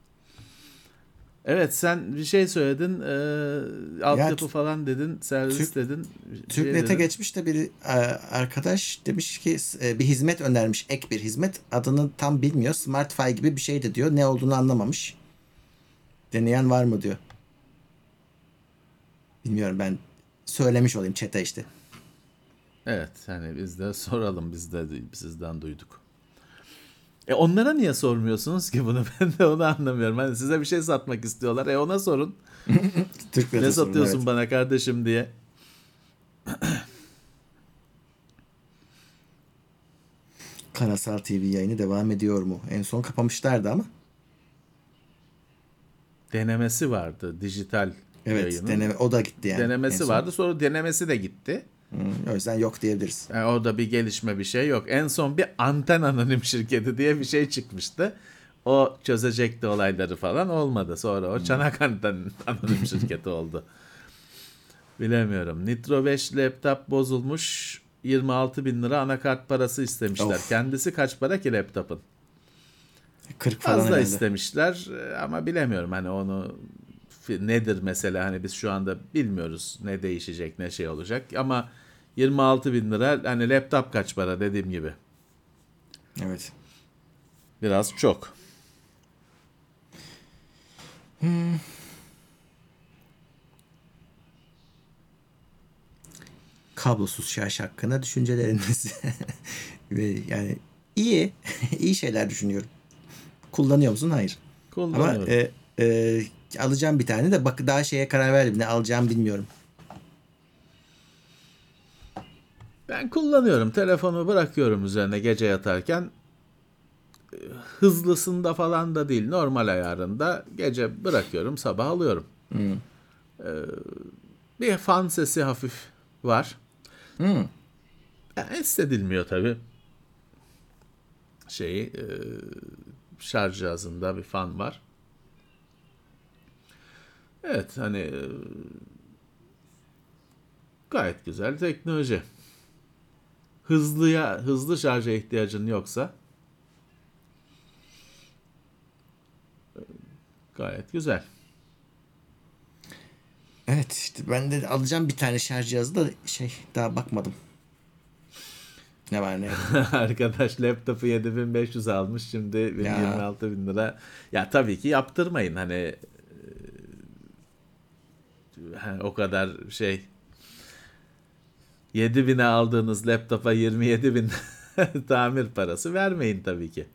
Evet sen bir şey söyledin. E, altyapı Ya, falan dedin. Servis Türk- dedin. TürkNet'e şey geçmiş de bir e, arkadaş demiş ki e, bir hizmet önermiş. Ek bir hizmet. Adını tam bilmiyor. SmartFi gibi bir şey de diyor. Ne olduğunu anlamamış. Deneyen var mı diyor. Bilmiyorum, ben söylemiş olayım chat'e işte. Evet hani biz de soralım. Biz de sizden duyduk. E onlara niye sormuyorsunuz ki bunu? Ben de onu anlamıyorum. Hani size bir şey satmak istiyorlar. E ona sorun. TürkNet'e Ne sorun, satıyorsun evet. bana kardeşim diye. Karasal T V yayını devam ediyor mu? En son kapamışlardı ama. Denemesi vardı dijital Evet, yayının. deneme, o da gitti yani. en Denemesi son. vardı sonra denemesi de gitti. Hı, o yüzden yok diyebiliriz. Yani orada bir gelişme bir şey yok. En son bir anten anonim şirketi diye bir şey çıkmıştı. O çözecekti olayları falan olmadı. Sonra o çanak anten anonim şirketi oldu. Bilemiyorum. Nitro beş laptop bozulmuş. yirmi altı bin lira anakart parası istemişler. Of. Kendisi kaç para ki laptopun? kırk falan Fazla herhalde. istemişler ama bilemiyorum hani onu nedir mesela hani biz şu anda bilmiyoruz ne değişecek ne şey olacak ama yirmi altı bin lira hani laptop kaç para dediğim gibi Evet. biraz çok. Kablosuz şarj hakkında düşünceleriniz. Ve yani iyi, iyi şeyler düşünüyorum. Kullanıyor musun? Hayır. Ama Kullanıyorum. e, e, alacağım bir tane de bak daha şeye karar verdim. Ne alacağımı bilmiyorum. Ben kullanıyorum. Telefonu bırakıyorum üzerine gece yatarken. Hızlısında falan da değil. Normal ayarında. Gece bırakıyorum. Sabah alıyorum. Hmm. Ee, bir fan sesi hafif var. Hmm. Yani hissedilmiyor tabii. şeyi e, şarj cihazında bir fan var. Evet hani e, gayet güzel teknoloji. Hızlıya hızlı şarja ihtiyacın yoksa e, gayet güzel. Evet işte ben de alacağım bir tane şarj cihazı da şey daha bakmadım. Ne var ne yok. Arkadaş laptopu yedi bin beş yüz almış şimdi Ya. yirmi altı bin lira. Ya tabii ki yaptırmayın hani e, o kadar şey yedi bine aldığınız laptopa yirmi yedi bin tamir parası vermeyin tabii ki.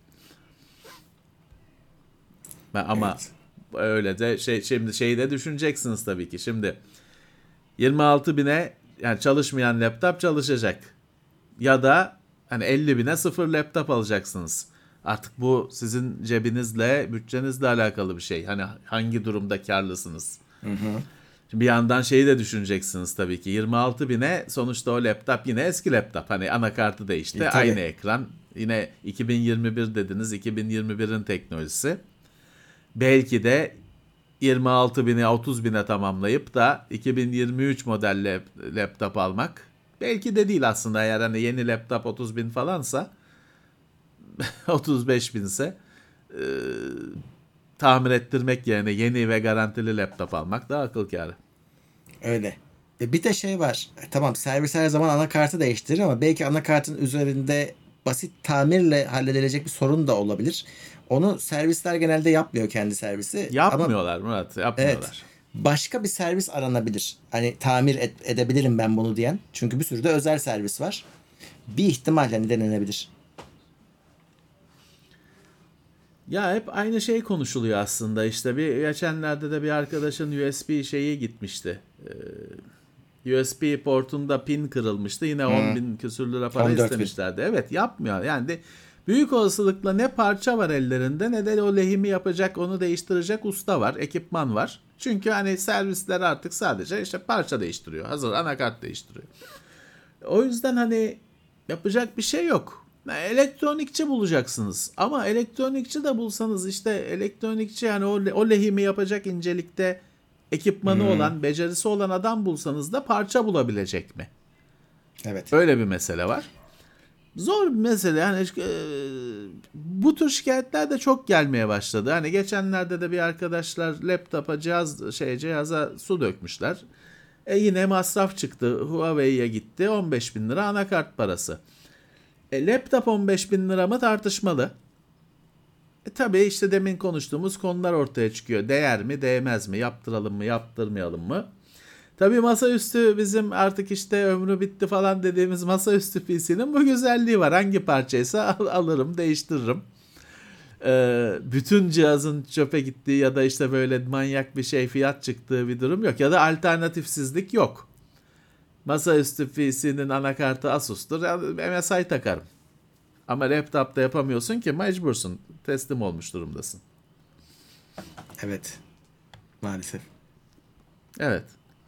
Ama Evet. öyle de şey şimdi şeyi de düşüneceksiniz tabii ki. Şimdi yirmi altı bine yani çalışmayan laptop çalışacak. Ya da hani elli bine sıfır laptop alacaksınız. Artık bu sizin cebinizle, bütçenizle alakalı bir şey. Hani hangi durumda karlısınız? Hı hı. Şimdi bir yandan şeyi de düşüneceksiniz tabii ki. yirmi altı bine sonuçta o laptop yine eski laptop. Hani anakartı değişti. E, tabii. Aynı ekran. Yine iki bin yirmi bir dediniz. iki bin yirmi birin teknolojisi. Belki de yirmi altı bine otuz bine tamamlayıp da iki bin yirmi üç model lap- laptop almak belki de değil aslında, eğer hani yeni laptop otuz bin falansa otuz beş binse e, tamir ettirmek yerine yeni ve garantili laptop almak daha akıl kârı. Öyle. E, bir de şey var. E, tamam servis her zaman anakartı değiştirir ama belki anakartın üzerinde basit tamirle halledilecek bir sorun da olabilir. Onu servisler genelde yapmıyor, kendi servisi. Ama Yapmıyorlar Murat, evet, yapmıyorlar. başka bir servis aranabilir. Hani tamir et- edebilirim ben bunu diyen. Çünkü bir sürü de özel servis var. Bir ihtimal hani denenebilir. Ya hep aynı şey konuşuluyor aslında. İşte bir geçenlerde de bir arkadaşın U S B şeyi gitmişti. Ee, U S B portunda pin kırılmıştı. Yine on bin küsür lira para on dört bin. istemişlerdi. Evet, yapmıyor. Yani de büyük olasılıkla ne parça var ellerinde ne de o lehimi yapacak, onu değiştirecek usta var, ekipman var. Çünkü hani servisler artık sadece işte parça değiştiriyor. Hazır anakart değiştiriyor. O yüzden hani yapacak bir şey yok. Yani elektronikçi bulacaksınız. Ama elektronikçi de bulsanız işte elektronikçi yani o, o lehimi yapacak incelikte ekipmanı olan, becerisi olan adam bulsanız da parça bulabilecek mi? Evet. Öyle bir mesele var. Zor bir mesele. Yani e, bu tür şikayetler de çok gelmeye başladı. Hani geçenlerde de bir arkadaşlar laptopa cihaz şey cihaza su dökmüşler. E yine masraf çıktı. Huawei'ye gitti. on beş bin lira anakart parası. E, laptop on beş bin lira mı tartışmalı. E, tabii işte demin konuştuğumuz konular ortaya çıkıyor. Değer mi, değmez mi? Yaptıralım mı, yaptırmayalım mı? Tabii masaüstü bizim artık işte ömrü bitti falan dediğimiz masaüstü P C'nin bu güzelliği var. Hangi parçaysa al- alırım, değiştiririm. Ee, bütün cihazın çöpe gittiği ya da işte böyle manyak bir şey fiyat çıktığı bir durum yok. Ya da alternatifsizlik yok. Masaüstü P C'nin anakartı Asus'tur. M S I takarım. Ama laptopta yapamıyorsun ki, mecbursun. Teslim olmuş durumdasın. Evet. Maalesef. Evet.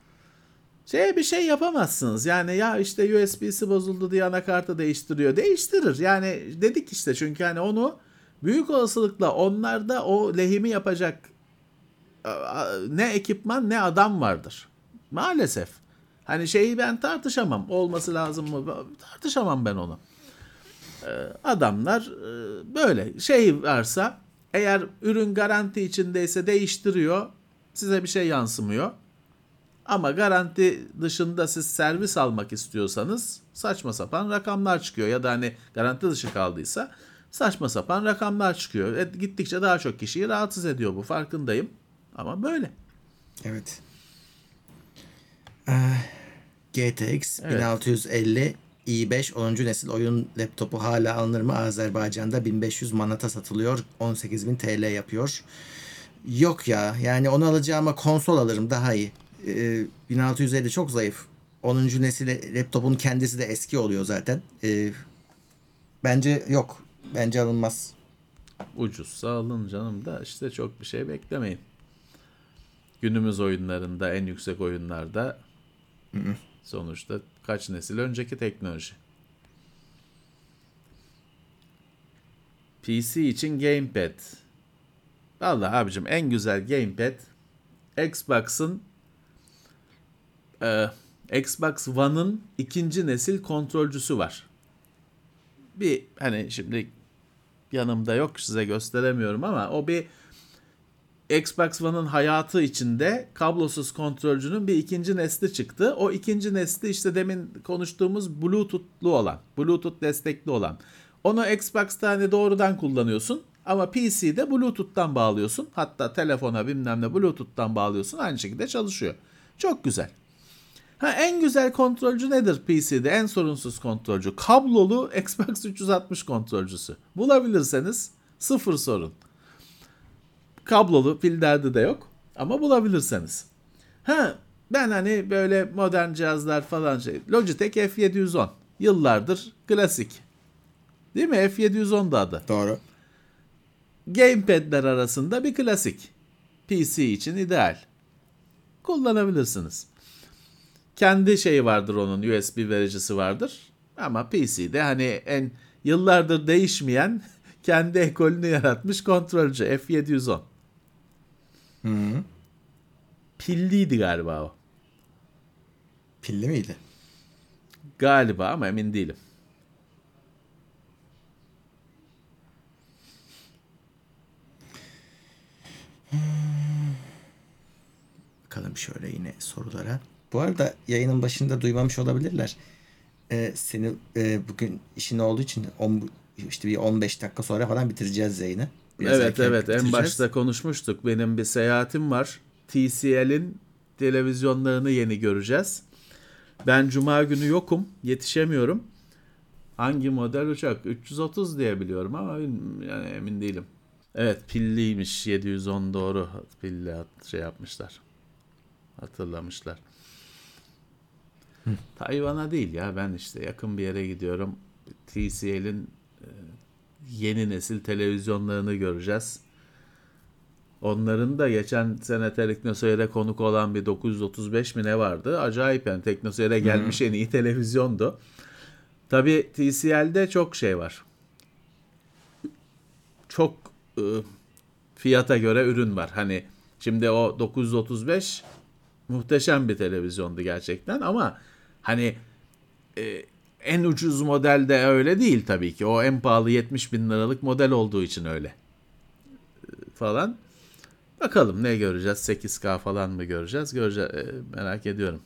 Şey bir şey yapamazsınız. Yani ya işte U S B'si bozuldu diye anakartı değiştiriyor. Değiştirir. Yani dedik işte çünkü hani onu büyük olasılıkla onlarda o lehimi yapacak ne ekipman ne adam vardır. Maalesef. Hani şeyi ben tartışamam. Olması lazım mı? Tartışamam ben onu. Adamlar böyle şey varsa, eğer ürün garanti içindeyse değiştiriyor. Size bir şey yansımıyor. Ama garanti dışında siz servis almak istiyorsanız saçma sapan rakamlar çıkıyor. Ya da hani garanti dışı kaldıysa saçma sapan rakamlar çıkıyor. E, gittikçe daha çok kişiyi rahatsız ediyor bu, farkındayım. Ama böyle. Evet. G T X Evet. bin altı yüz elli i beş onuncu nesil oyun laptopu hala alınır mı? Azerbaycan'da bin beş yüz manata satılıyor. on sekiz bin T L yapıyor. Yok ya. Yani onu alacağıma konsol alırım daha iyi. Ee, bin altı yüz elli çok zayıf. onuncu nesil laptopun kendisi de eski oluyor zaten. Ee, bence yok. Bence alınmaz. Ucuzsa alın canım da işte çok bir şey beklemeyin. Günümüz oyunlarında, en yüksek oyunlarda sonuçta kaç nesil önceki teknoloji. P C için gamepad. Vallahi abicim en güzel gamepad Xbox'ın e, Xbox One'ın ikinci nesil kontrolcüsü var. Bir hani şimdi yanımda yok, size gösteremiyorum ama o bir Xbox One'ın hayatı içinde kablosuz kontrolcünün bir ikinci nesli çıktı. O ikinci nesli işte demin konuştuğumuz Bluetooth'lu olan, Bluetooth destekli olan. Onu Xbox'ta hani doğrudan kullanıyorsun ama P C'de Bluetooth'tan bağlıyorsun. Hatta telefona bilmem ne Bluetooth'tan bağlıyorsun, aynı şekilde çalışıyor. Çok güzel. Ha, en güzel kontrolcü nedir P C'de? En sorunsuz kontrolcü. Kablolu Xbox üç yüz altmış kontrolcüsü. Bulabilirseniz sıfır sorun. Kablolu, pil derdi de yok ama bulabilirseniz. Ha, ben hani böyle modern cihazlar falan şey. Logitech F yedi yüz on. Yıllardır klasik. Değil mi? F yedi yüz on da adı. Doğru. Gamepad'ler arasında bir klasik. P C için ideal. Kullanabilirsiniz. Kendi şeyi vardır onun, U S B vericisi vardır. Ama P C'de hani en yıllardır değişmeyen kendi ekolünü yaratmış kontrolcü F yedi yüz on. Hı hı. Pilliydi galiba o. Pilli miydi? Galiba ama emin değilim. Bakalım şöyle yine sorulara. Bu arada yayının başında duymamış olabilirler. Ee, senin e, bugün işin olduğu için on, işte bir on beş dakika sonra falan bitireceğiz yayını. Biraz Evet erken evet en bitireceğiz. başta konuşmuştuk. Benim bir seyahatim var. T C L'in televizyonlarını yeni göreceğiz. Ben cuma günü yokum. Yetişemiyorum. Hangi model uçak? üç yüz otuz diye biliyorum ama yani emin değilim. Evet, pilliymiş. yedi yüz on doğru. Pilli şey yapmışlar. Hatırlamışlar. Hı. Tayvan'a değil ya, ben işte yakın bir yere gidiyorum. T C L'in e, yeni nesil televizyonlarını göreceğiz. Onların da geçen sene Teknoseyir'e konuk olan bir dokuz yüz otuz beş mi ne vardı? Acayip yani, Teknoseyir'e gelmiş en iyi televizyondu. Tabii T C L'de çok şey var. Çok e, fiyata göre ürün var. Hani şimdi o dokuz yüz otuz beş muhteşem bir televizyondu gerçekten ama hani e, en ucuz model de öyle değil tabii ki. O en pahalı yetmiş bin liralık model olduğu için öyle e, falan. Bakalım ne göreceğiz? sekiz K falan mı göreceğiz? Göreceğiz. E, merak ediyorum.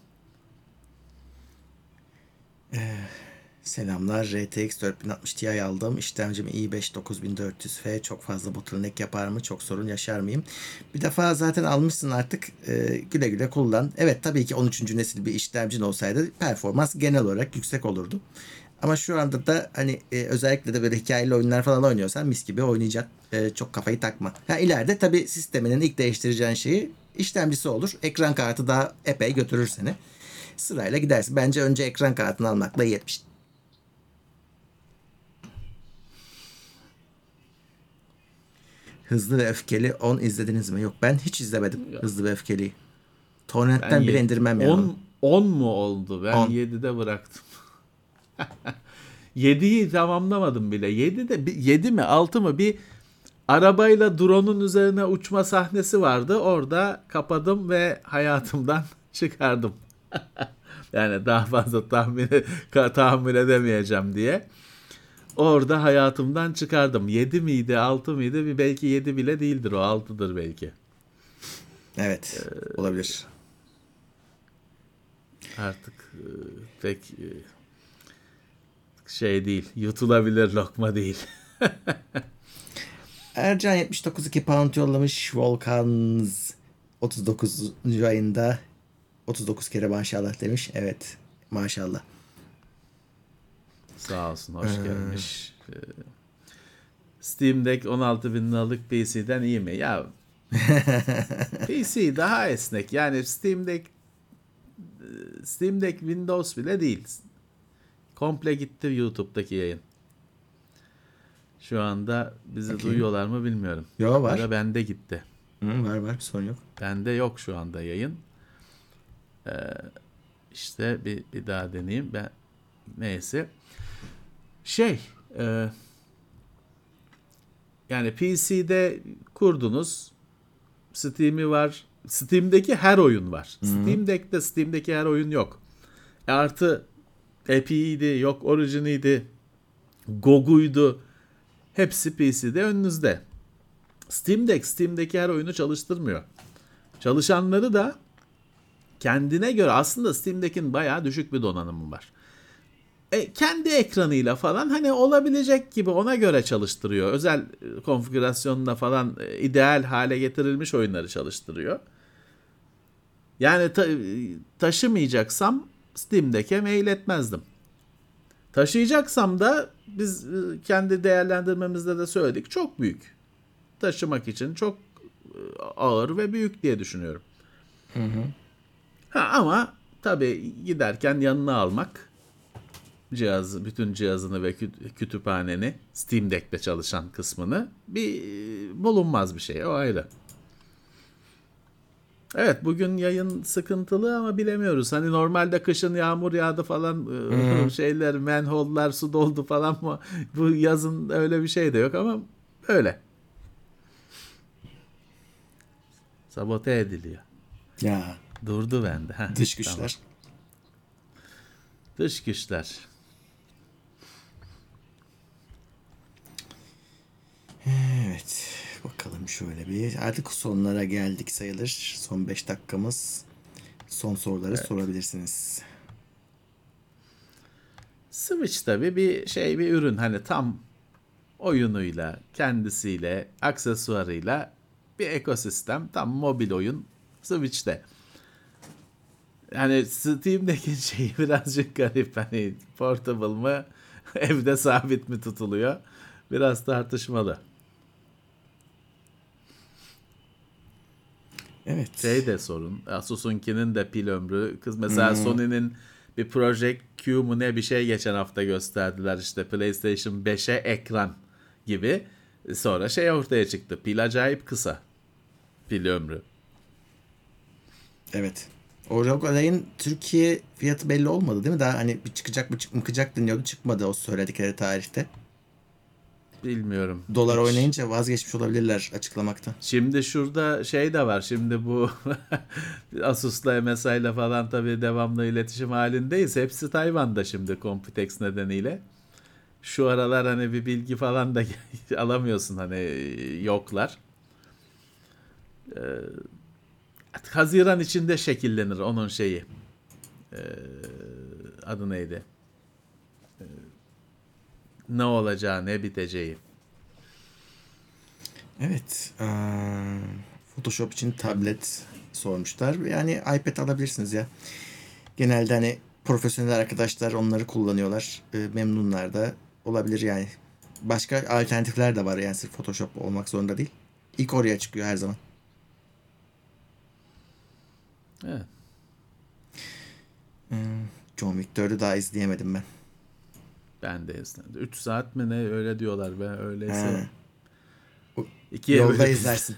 Selamlar. R T X dört bin altmış Ti aldım. İşlemcim i beş dokuz bin dört yüz F. Çok fazla bottleneck yapar mı? Çok sorun yaşar mıyım? Bir defa zaten almışsın artık. Ee, güle güle kullan. Evet, tabii ki on üçüncü nesil bir işlemcin olsaydı performans genel olarak yüksek olurdu. Ama şu anda da hani e, özellikle de böyle hikayeli oyunlar falan oynuyorsan mis gibi oynayacak. E, çok kafayı takma. Ha, ileride tabii sisteminin ilk değiştireceğin şeyi işlemcisi olur. Ekran kartı daha epey götürür seni. Sırayla gidersin. Bence önce ekran kartını almakla yetmiş. Hızlı ve Öfkeli on izlediniz mi? Yok, ben hiç izlemedim Hızlı ve Öfkeli'yi. Torrent'ten bile indirmem ya. on, on mu oldu? Ben on. yedide bıraktım. yediyi tamamlamadım bile. yedide yedi mi altı mı bir arabayla drone'un üzerine uçma sahnesi vardı. Orada kapadım ve hayatımdan çıkardım. Yani daha fazla tahmin tahammül edemeyeceğim diye. Orada hayatımdan çıkardım. yedi miydi, altı mıydı? Bir belki yedi bile değildir o, altıdır belki. Evet, ee, olabilir. Artık e, pek e, şey değil, yutulabilir lokma değil. Ercan yetmiş dokuz iki pound yollamış. Volkans otuz dokuzuncu ayında otuz dokuz kere maşallah demiş. Evet, maşallah. Sağ olsun, hoş ee... gelmiş. Steam Deck on altı bin liralık P C'den iyi mi? Ya P C daha esnek. Yani Steam Deck Steam Deck Windows bile değil. Komple gitti YouTube'daki yayın. Şu anda bizi okay. duyuyorlar mı bilmiyorum. Yo, var. Ara bende gitti. Hı, var var, bir sorun yok. Bende yok şu anda yayın. Ee, işte bir, bir daha deneyeyim. Ben neyse. Şey, e, Yani P C'de kurdunuz. Steam'i var. Steam'deki her oyun var. Hı-hı. Steam Deck'te Steam'deki her oyun yok. E artı Epic'iydi, yok Origin'iydi, G O G'uydu. Hepsi P C'de önünüzde. Steam Deck Steam'deki her oyunu çalıştırmıyor. Çalışanları da kendine göre aslında Steam Deck'in bayağı düşük bir donanımı var. E, kendi ekranıyla falan hani olabilecek gibi ona göre çalıştırıyor. Özel konfigürasyonla falan e, ideal hale getirilmiş oyunları çalıştırıyor. Yani ta- taşımayacaksam Steam Deck'e mail etmezdim. Taşıyacaksam da biz kendi değerlendirmemizde de söyledik, çok büyük. Taşımak için çok ağır ve büyük diye düşünüyorum. Hı hı. Ha, ama tabii giderken yanına almak cihazı, bütün cihazını ve kütüphaneni, Steam Deck'te çalışan kısmını bir bulunmaz bir şey. O ayrı. Evet, bugün yayın sıkıntılı ama bilemiyoruz. Hani normalde kışın yağmur yağdı falan, hmm. şeyler, manhole'lar su doldu falan mı? Bu yazın öyle bir şey de yok ama öyle. Sabote ediliyor. Ya. Durdu bende. Heh, Dış güçler. Tamam. Dış güçler. Evet. Bakalım şöyle bir. Artık sonlara geldik sayılır. Son beş dakikamız. Son soruları evet. sorabilirsiniz. Switch tabii bir şey, bir ürün. Hani tam oyunuyla, kendisiyle, aksesuarıyla bir ekosistem. Tam mobil oyun Switch'te. Yani Steam'deki şeyi birazcık garip. Hani portable mı, evde sabit mi tutuluyor? Biraz tartışmalı. Evet. Şey de sorun. Asus'unkinin de pil ömrü. Kız mesela hmm. Sony'nin bir Project Q mu ne bir şey geçen hafta gösterdiler. İşte PlayStation beşe ekran gibi. Sonra şey ortaya çıktı. Pil acayip kısa. Pil ömrü. Evet. O R O G Ally'in Türkiye fiyatı belli olmadı değil mi? Daha hani bir çıkacak mı çıkmayacak deniyordu. Çıkmadı o söyledikleri tarihte. Bilmiyorum. Dolar Hiç. oynayınca vazgeçmiş olabilirler açıklamaktan. Şimdi şurada şey de var. Şimdi bu Asus'la M S I'la falan tabii devamlı iletişim halindeyiz. Hepsi Tayvan'da şimdi Computex nedeniyle. Şu aralar hani bir bilgi falan da alamıyorsun, hani yoklar. Ee, Haziran içinde şekillenir onun şeyi. Ee, adı neydi? Ee, ne olacağı, ne biteceği. Evet. Ee, Photoshop için tablet sormuşlar. Yani iPad alabilirsiniz ya. Genelde hani profesyonel arkadaşlar onları kullanıyorlar. Ee, memnunlar da olabilir yani. Başka alternatifler de var yani, sırf Photoshop olmak zorunda değil. İlk oraya çıkıyor her zaman. Evet. Hmm, John Wick dördü daha izleyemedim ben. Ben de izledim. üç saat mi ne öyle diyorlar, ben öyleyse. İkiye Yolda bölüm. izlersin.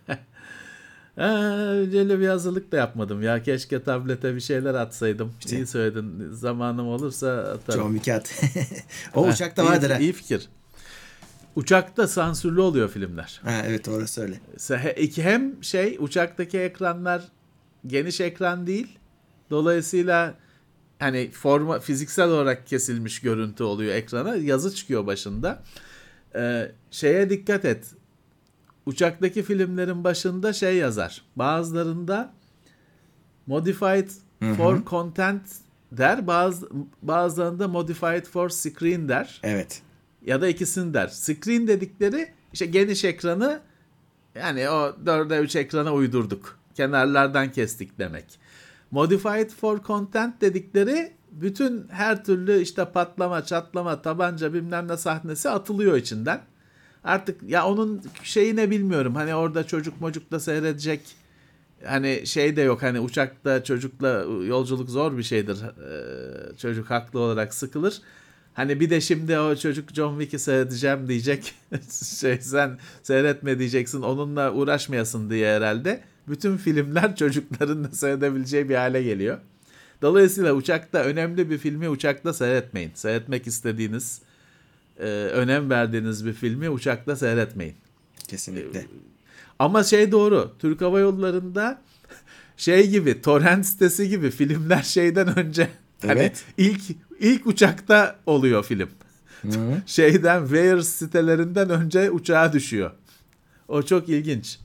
Öyle bir hazırlık da yapmadım ya. Keşke tablete bir şeyler atsaydım. İşte. İyi söyledin. Zamanım olursa atarım. John Wick at. O uçakta vardır ha. İyi fikir. Uçakta sansürlü oluyor filmler. Ha, evet, orası öyle. Hem şey, uçaktaki ekranlar geniş ekran değil. Dolayısıyla hani forma, fiziksel olarak kesilmiş görüntü oluyor ekrana. Yazı çıkıyor başında. Ee, şeye dikkat et. Uçaktaki filmlerin başında şey yazar. Bazılarında modified Hı-hı. for content der. Bazı, bazılarında modified for screen der. Evet. Ya da ikisini der. Screen dedikleri işte geniş ekranı, yani o dörde üç ekrana uydurduk. Kenarlardan kestik demek. Modified for content dedikleri bütün her türlü işte patlama, çatlama, tabanca bilmem ne sahnesi atılıyor içinden. Artık ya onun şeyi ne bilmiyorum. Hani orada çocuk mocukla seyredecek hani şey de yok. Hani uçakta çocukla yolculuk zor bir şeydir. Ee, çocuk haklı olarak sıkılır. Hani bir de şimdi o çocuk John Wick'i seyredeceğim diyecek. şey, sen seyretme diyeceksin. Onunla uğraşmayasın diye herhalde. Bütün filmler çocukların da seyredebileceği bir hale geliyor. Dolayısıyla uçakta önemli bir filmi uçakta seyretmeyin. Seyretmek istediğiniz, e, önem verdiğiniz bir filmi uçakta seyretmeyin. Kesinlikle. Ama şey doğru. Türk Hava Yolları'nda şey gibi, torrent sitesi gibi filmler şeyden önce hani Evet. ilk ilk uçakta oluyor film. Hı. Şeyden Wire sitelerinden önce uçağa düşüyor. O çok ilginç.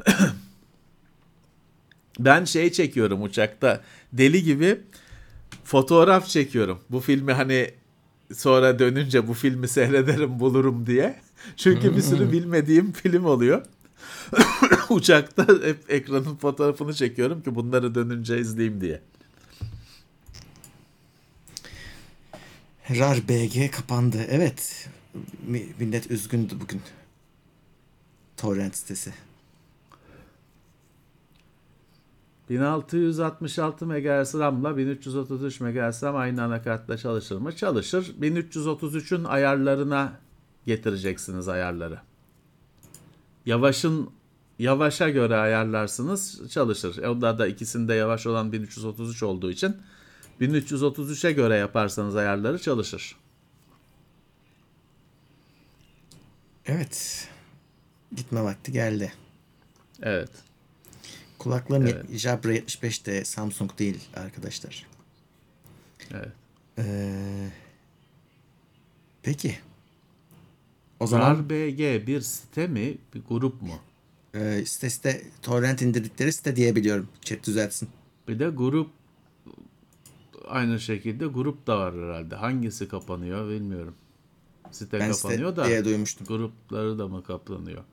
Ben şey çekiyorum uçakta. Deli gibi fotoğraf çekiyorum. Bu filmi hani sonra dönünce bu filmi seyrederim bulurum diye. Çünkü bir sürü bilmediğim film oluyor. Uçakta hep ekranın fotoğrafını çekiyorum ki bunları dönünce izleyeyim diye. R A R B G kapandı. Evet. Mi- Millet üzgündü bugün. Torrent sitesi. bin altı yüz altmış altı megahertz RAM'la bin üç yüz otuz üç megahertz RAM aynı anakartla çalışır mı? Çalışır. bin üç yüz otuz üçün ayarlarına getireceksiniz ayarları. Yavaşın yavaşa göre ayarlarsınız, çalışır. Onda da ikisinde yavaş olan bin üç yüz otuz üç olduğu için bin üç yüz otuz üçe göre yaparsanız ayarları çalışır. Evet. Gitme vakti geldi. Evet. Kulaklığım Evet. Jabra yetmiş beş de Samsung değil arkadaşlar. Evet. Ee, peki. O R zaman A R B G bir site mi, bir grup mu? e, sitesi de torrent indirdikleri site diyebiliyorum. Chat düzeltsin. Bir de grup aynı şekilde grup da var herhalde. Hangisi kapanıyor bilmiyorum. Site Ben kapanıyor site da diye duymuştum. grupları da mı kapanıyor?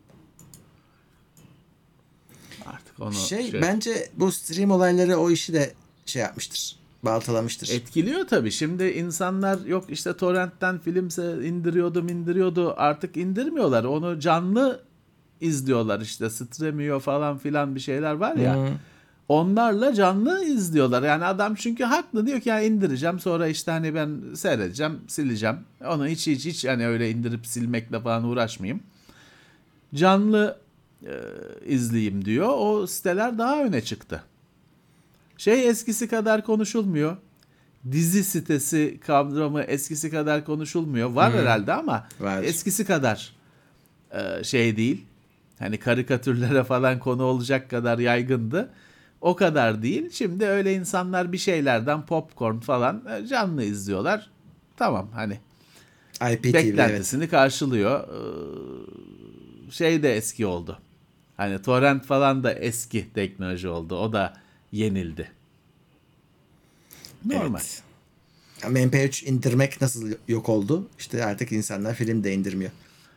Artık onu Şey, şey, bence bu stream olayları o işi de şey yapmıştır. Baltalamıştır. etkiliyor tabii. Şimdi insanlar yok işte torrentten filmse indiriyordu indiriyordu artık indirmiyorlar. Onu canlı izliyorlar işte Stremio falan filan bir şeyler var ya. Hı. Onlarla canlı izliyorlar. Yani adam çünkü haklı diyor ki ya indireceğim sonra işte hani ben seyredeceğim sileceğim. Onu hiç hiç hiç hani öyle indirip silmekle falan uğraşmayayım. Canlı e, izleyeyim diyor. O siteler daha öne çıktı. Şey eskisi kadar konuşulmuyor. Dizi sitesi kavramı eskisi kadar konuşulmuyor. Var herhalde ama Var. eskisi kadar e, şey değil. Hani karikatürlere falan konu olacak kadar yaygındı. O kadar değil. Şimdi öyle insanlar bir şeylerden popcorn falan e, canlı izliyorlar. Tamam hani I P T V, evet. beklentisini karşılıyor. Ee, Şey de eski oldu. Hani torrent falan da eski teknoloji oldu. O da yenildi. Normal. Evet. Ama M P üç indirmek nasıl yok oldu? İşte artık insanlar film de indirmiyor.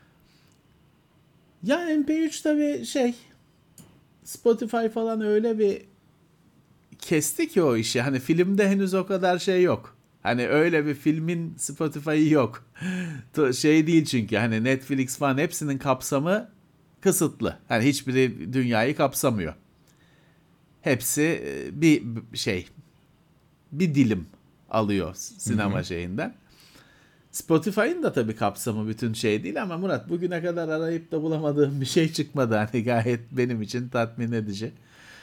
Ya M P üç tabii şey Spotify falan öyle bir kesti ki o işi. Hani filmde henüz o kadar şey yok. Hani öyle bir filmin Spotify'ı yok. Şey değil çünkü hani Netflix falan hepsinin kapsamı kısıtlı. Hani hiçbiri dünyayı kapsamıyor. Hepsi bir şey bir dilim alıyor sinema Hı-hı. şeyinden. Spotify'ın da tabii kapsamı bütün şey değil ama Murat bugüne kadar arayıp da bulamadığım bir şey çıkmadı. Hani gayet benim için tatmin edici.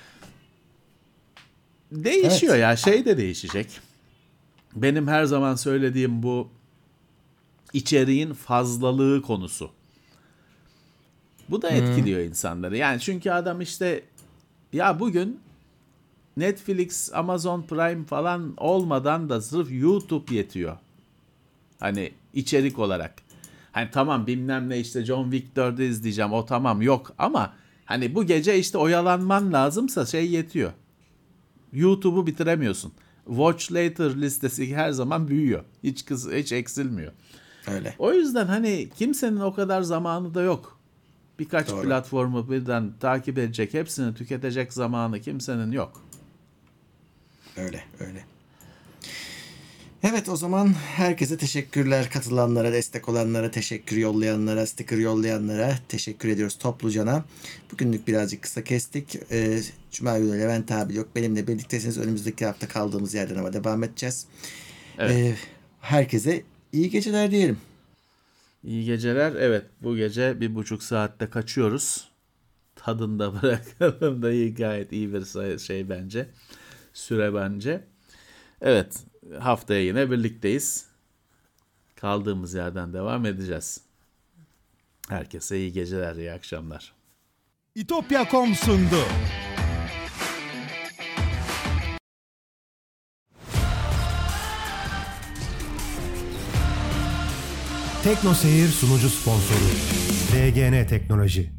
Değişiyor evet. Ya şey de değişecek. Benim her zaman söylediğim bu içeriğin fazlalığı konusu. Bu da etkiliyor hmm. insanları. Yani çünkü adam işte ya bugün Netflix, Amazon Prime falan olmadan da sırf YouTube yetiyor. Hani içerik olarak. Hani tamam bilmem ne işte John Wick dördü izleyeceğim o tamam yok ama hani bu gece işte oyalanman lazımsa şey yetiyor. YouTube'u bitiremiyorsun. Watch Later listesi her zaman büyüyor. Hiç kız hiç eksilmiyor. Öyle. O yüzden hani kimsenin o kadar zamanı da yok. Birkaç Doğru. platformu birden takip edecek, hepsini tüketecek zamanı kimsenin yok. Öyle, öyle. Evet o zaman herkese teşekkürler. Katılanlara, destek olanlara, teşekkür yollayanlara, sticker yollayanlara teşekkür ediyoruz toplucana. Bugünlük birazcık kısa kestik. Ee, Cuma günü Levent abi yok. Benimle birliktesiniz. Önümüzdeki hafta kaldığımız yerden ama devam edeceğiz. Evet. Ee, herkese iyi geceler diyelim. İyi geceler. Evet bu gece bir buçuk saatte kaçıyoruz. Tadında bırakalım da iyi, gayet iyi bir şey bence. Süre bence. Evet haftaya yine birlikteyiz. Kaldığımız yerden devam edeceğiz. Herkese iyi geceler, iyi akşamlar. İtopya nokta com sundu. Tekno Seyir sunucu sponsoru D G N Teknoloji.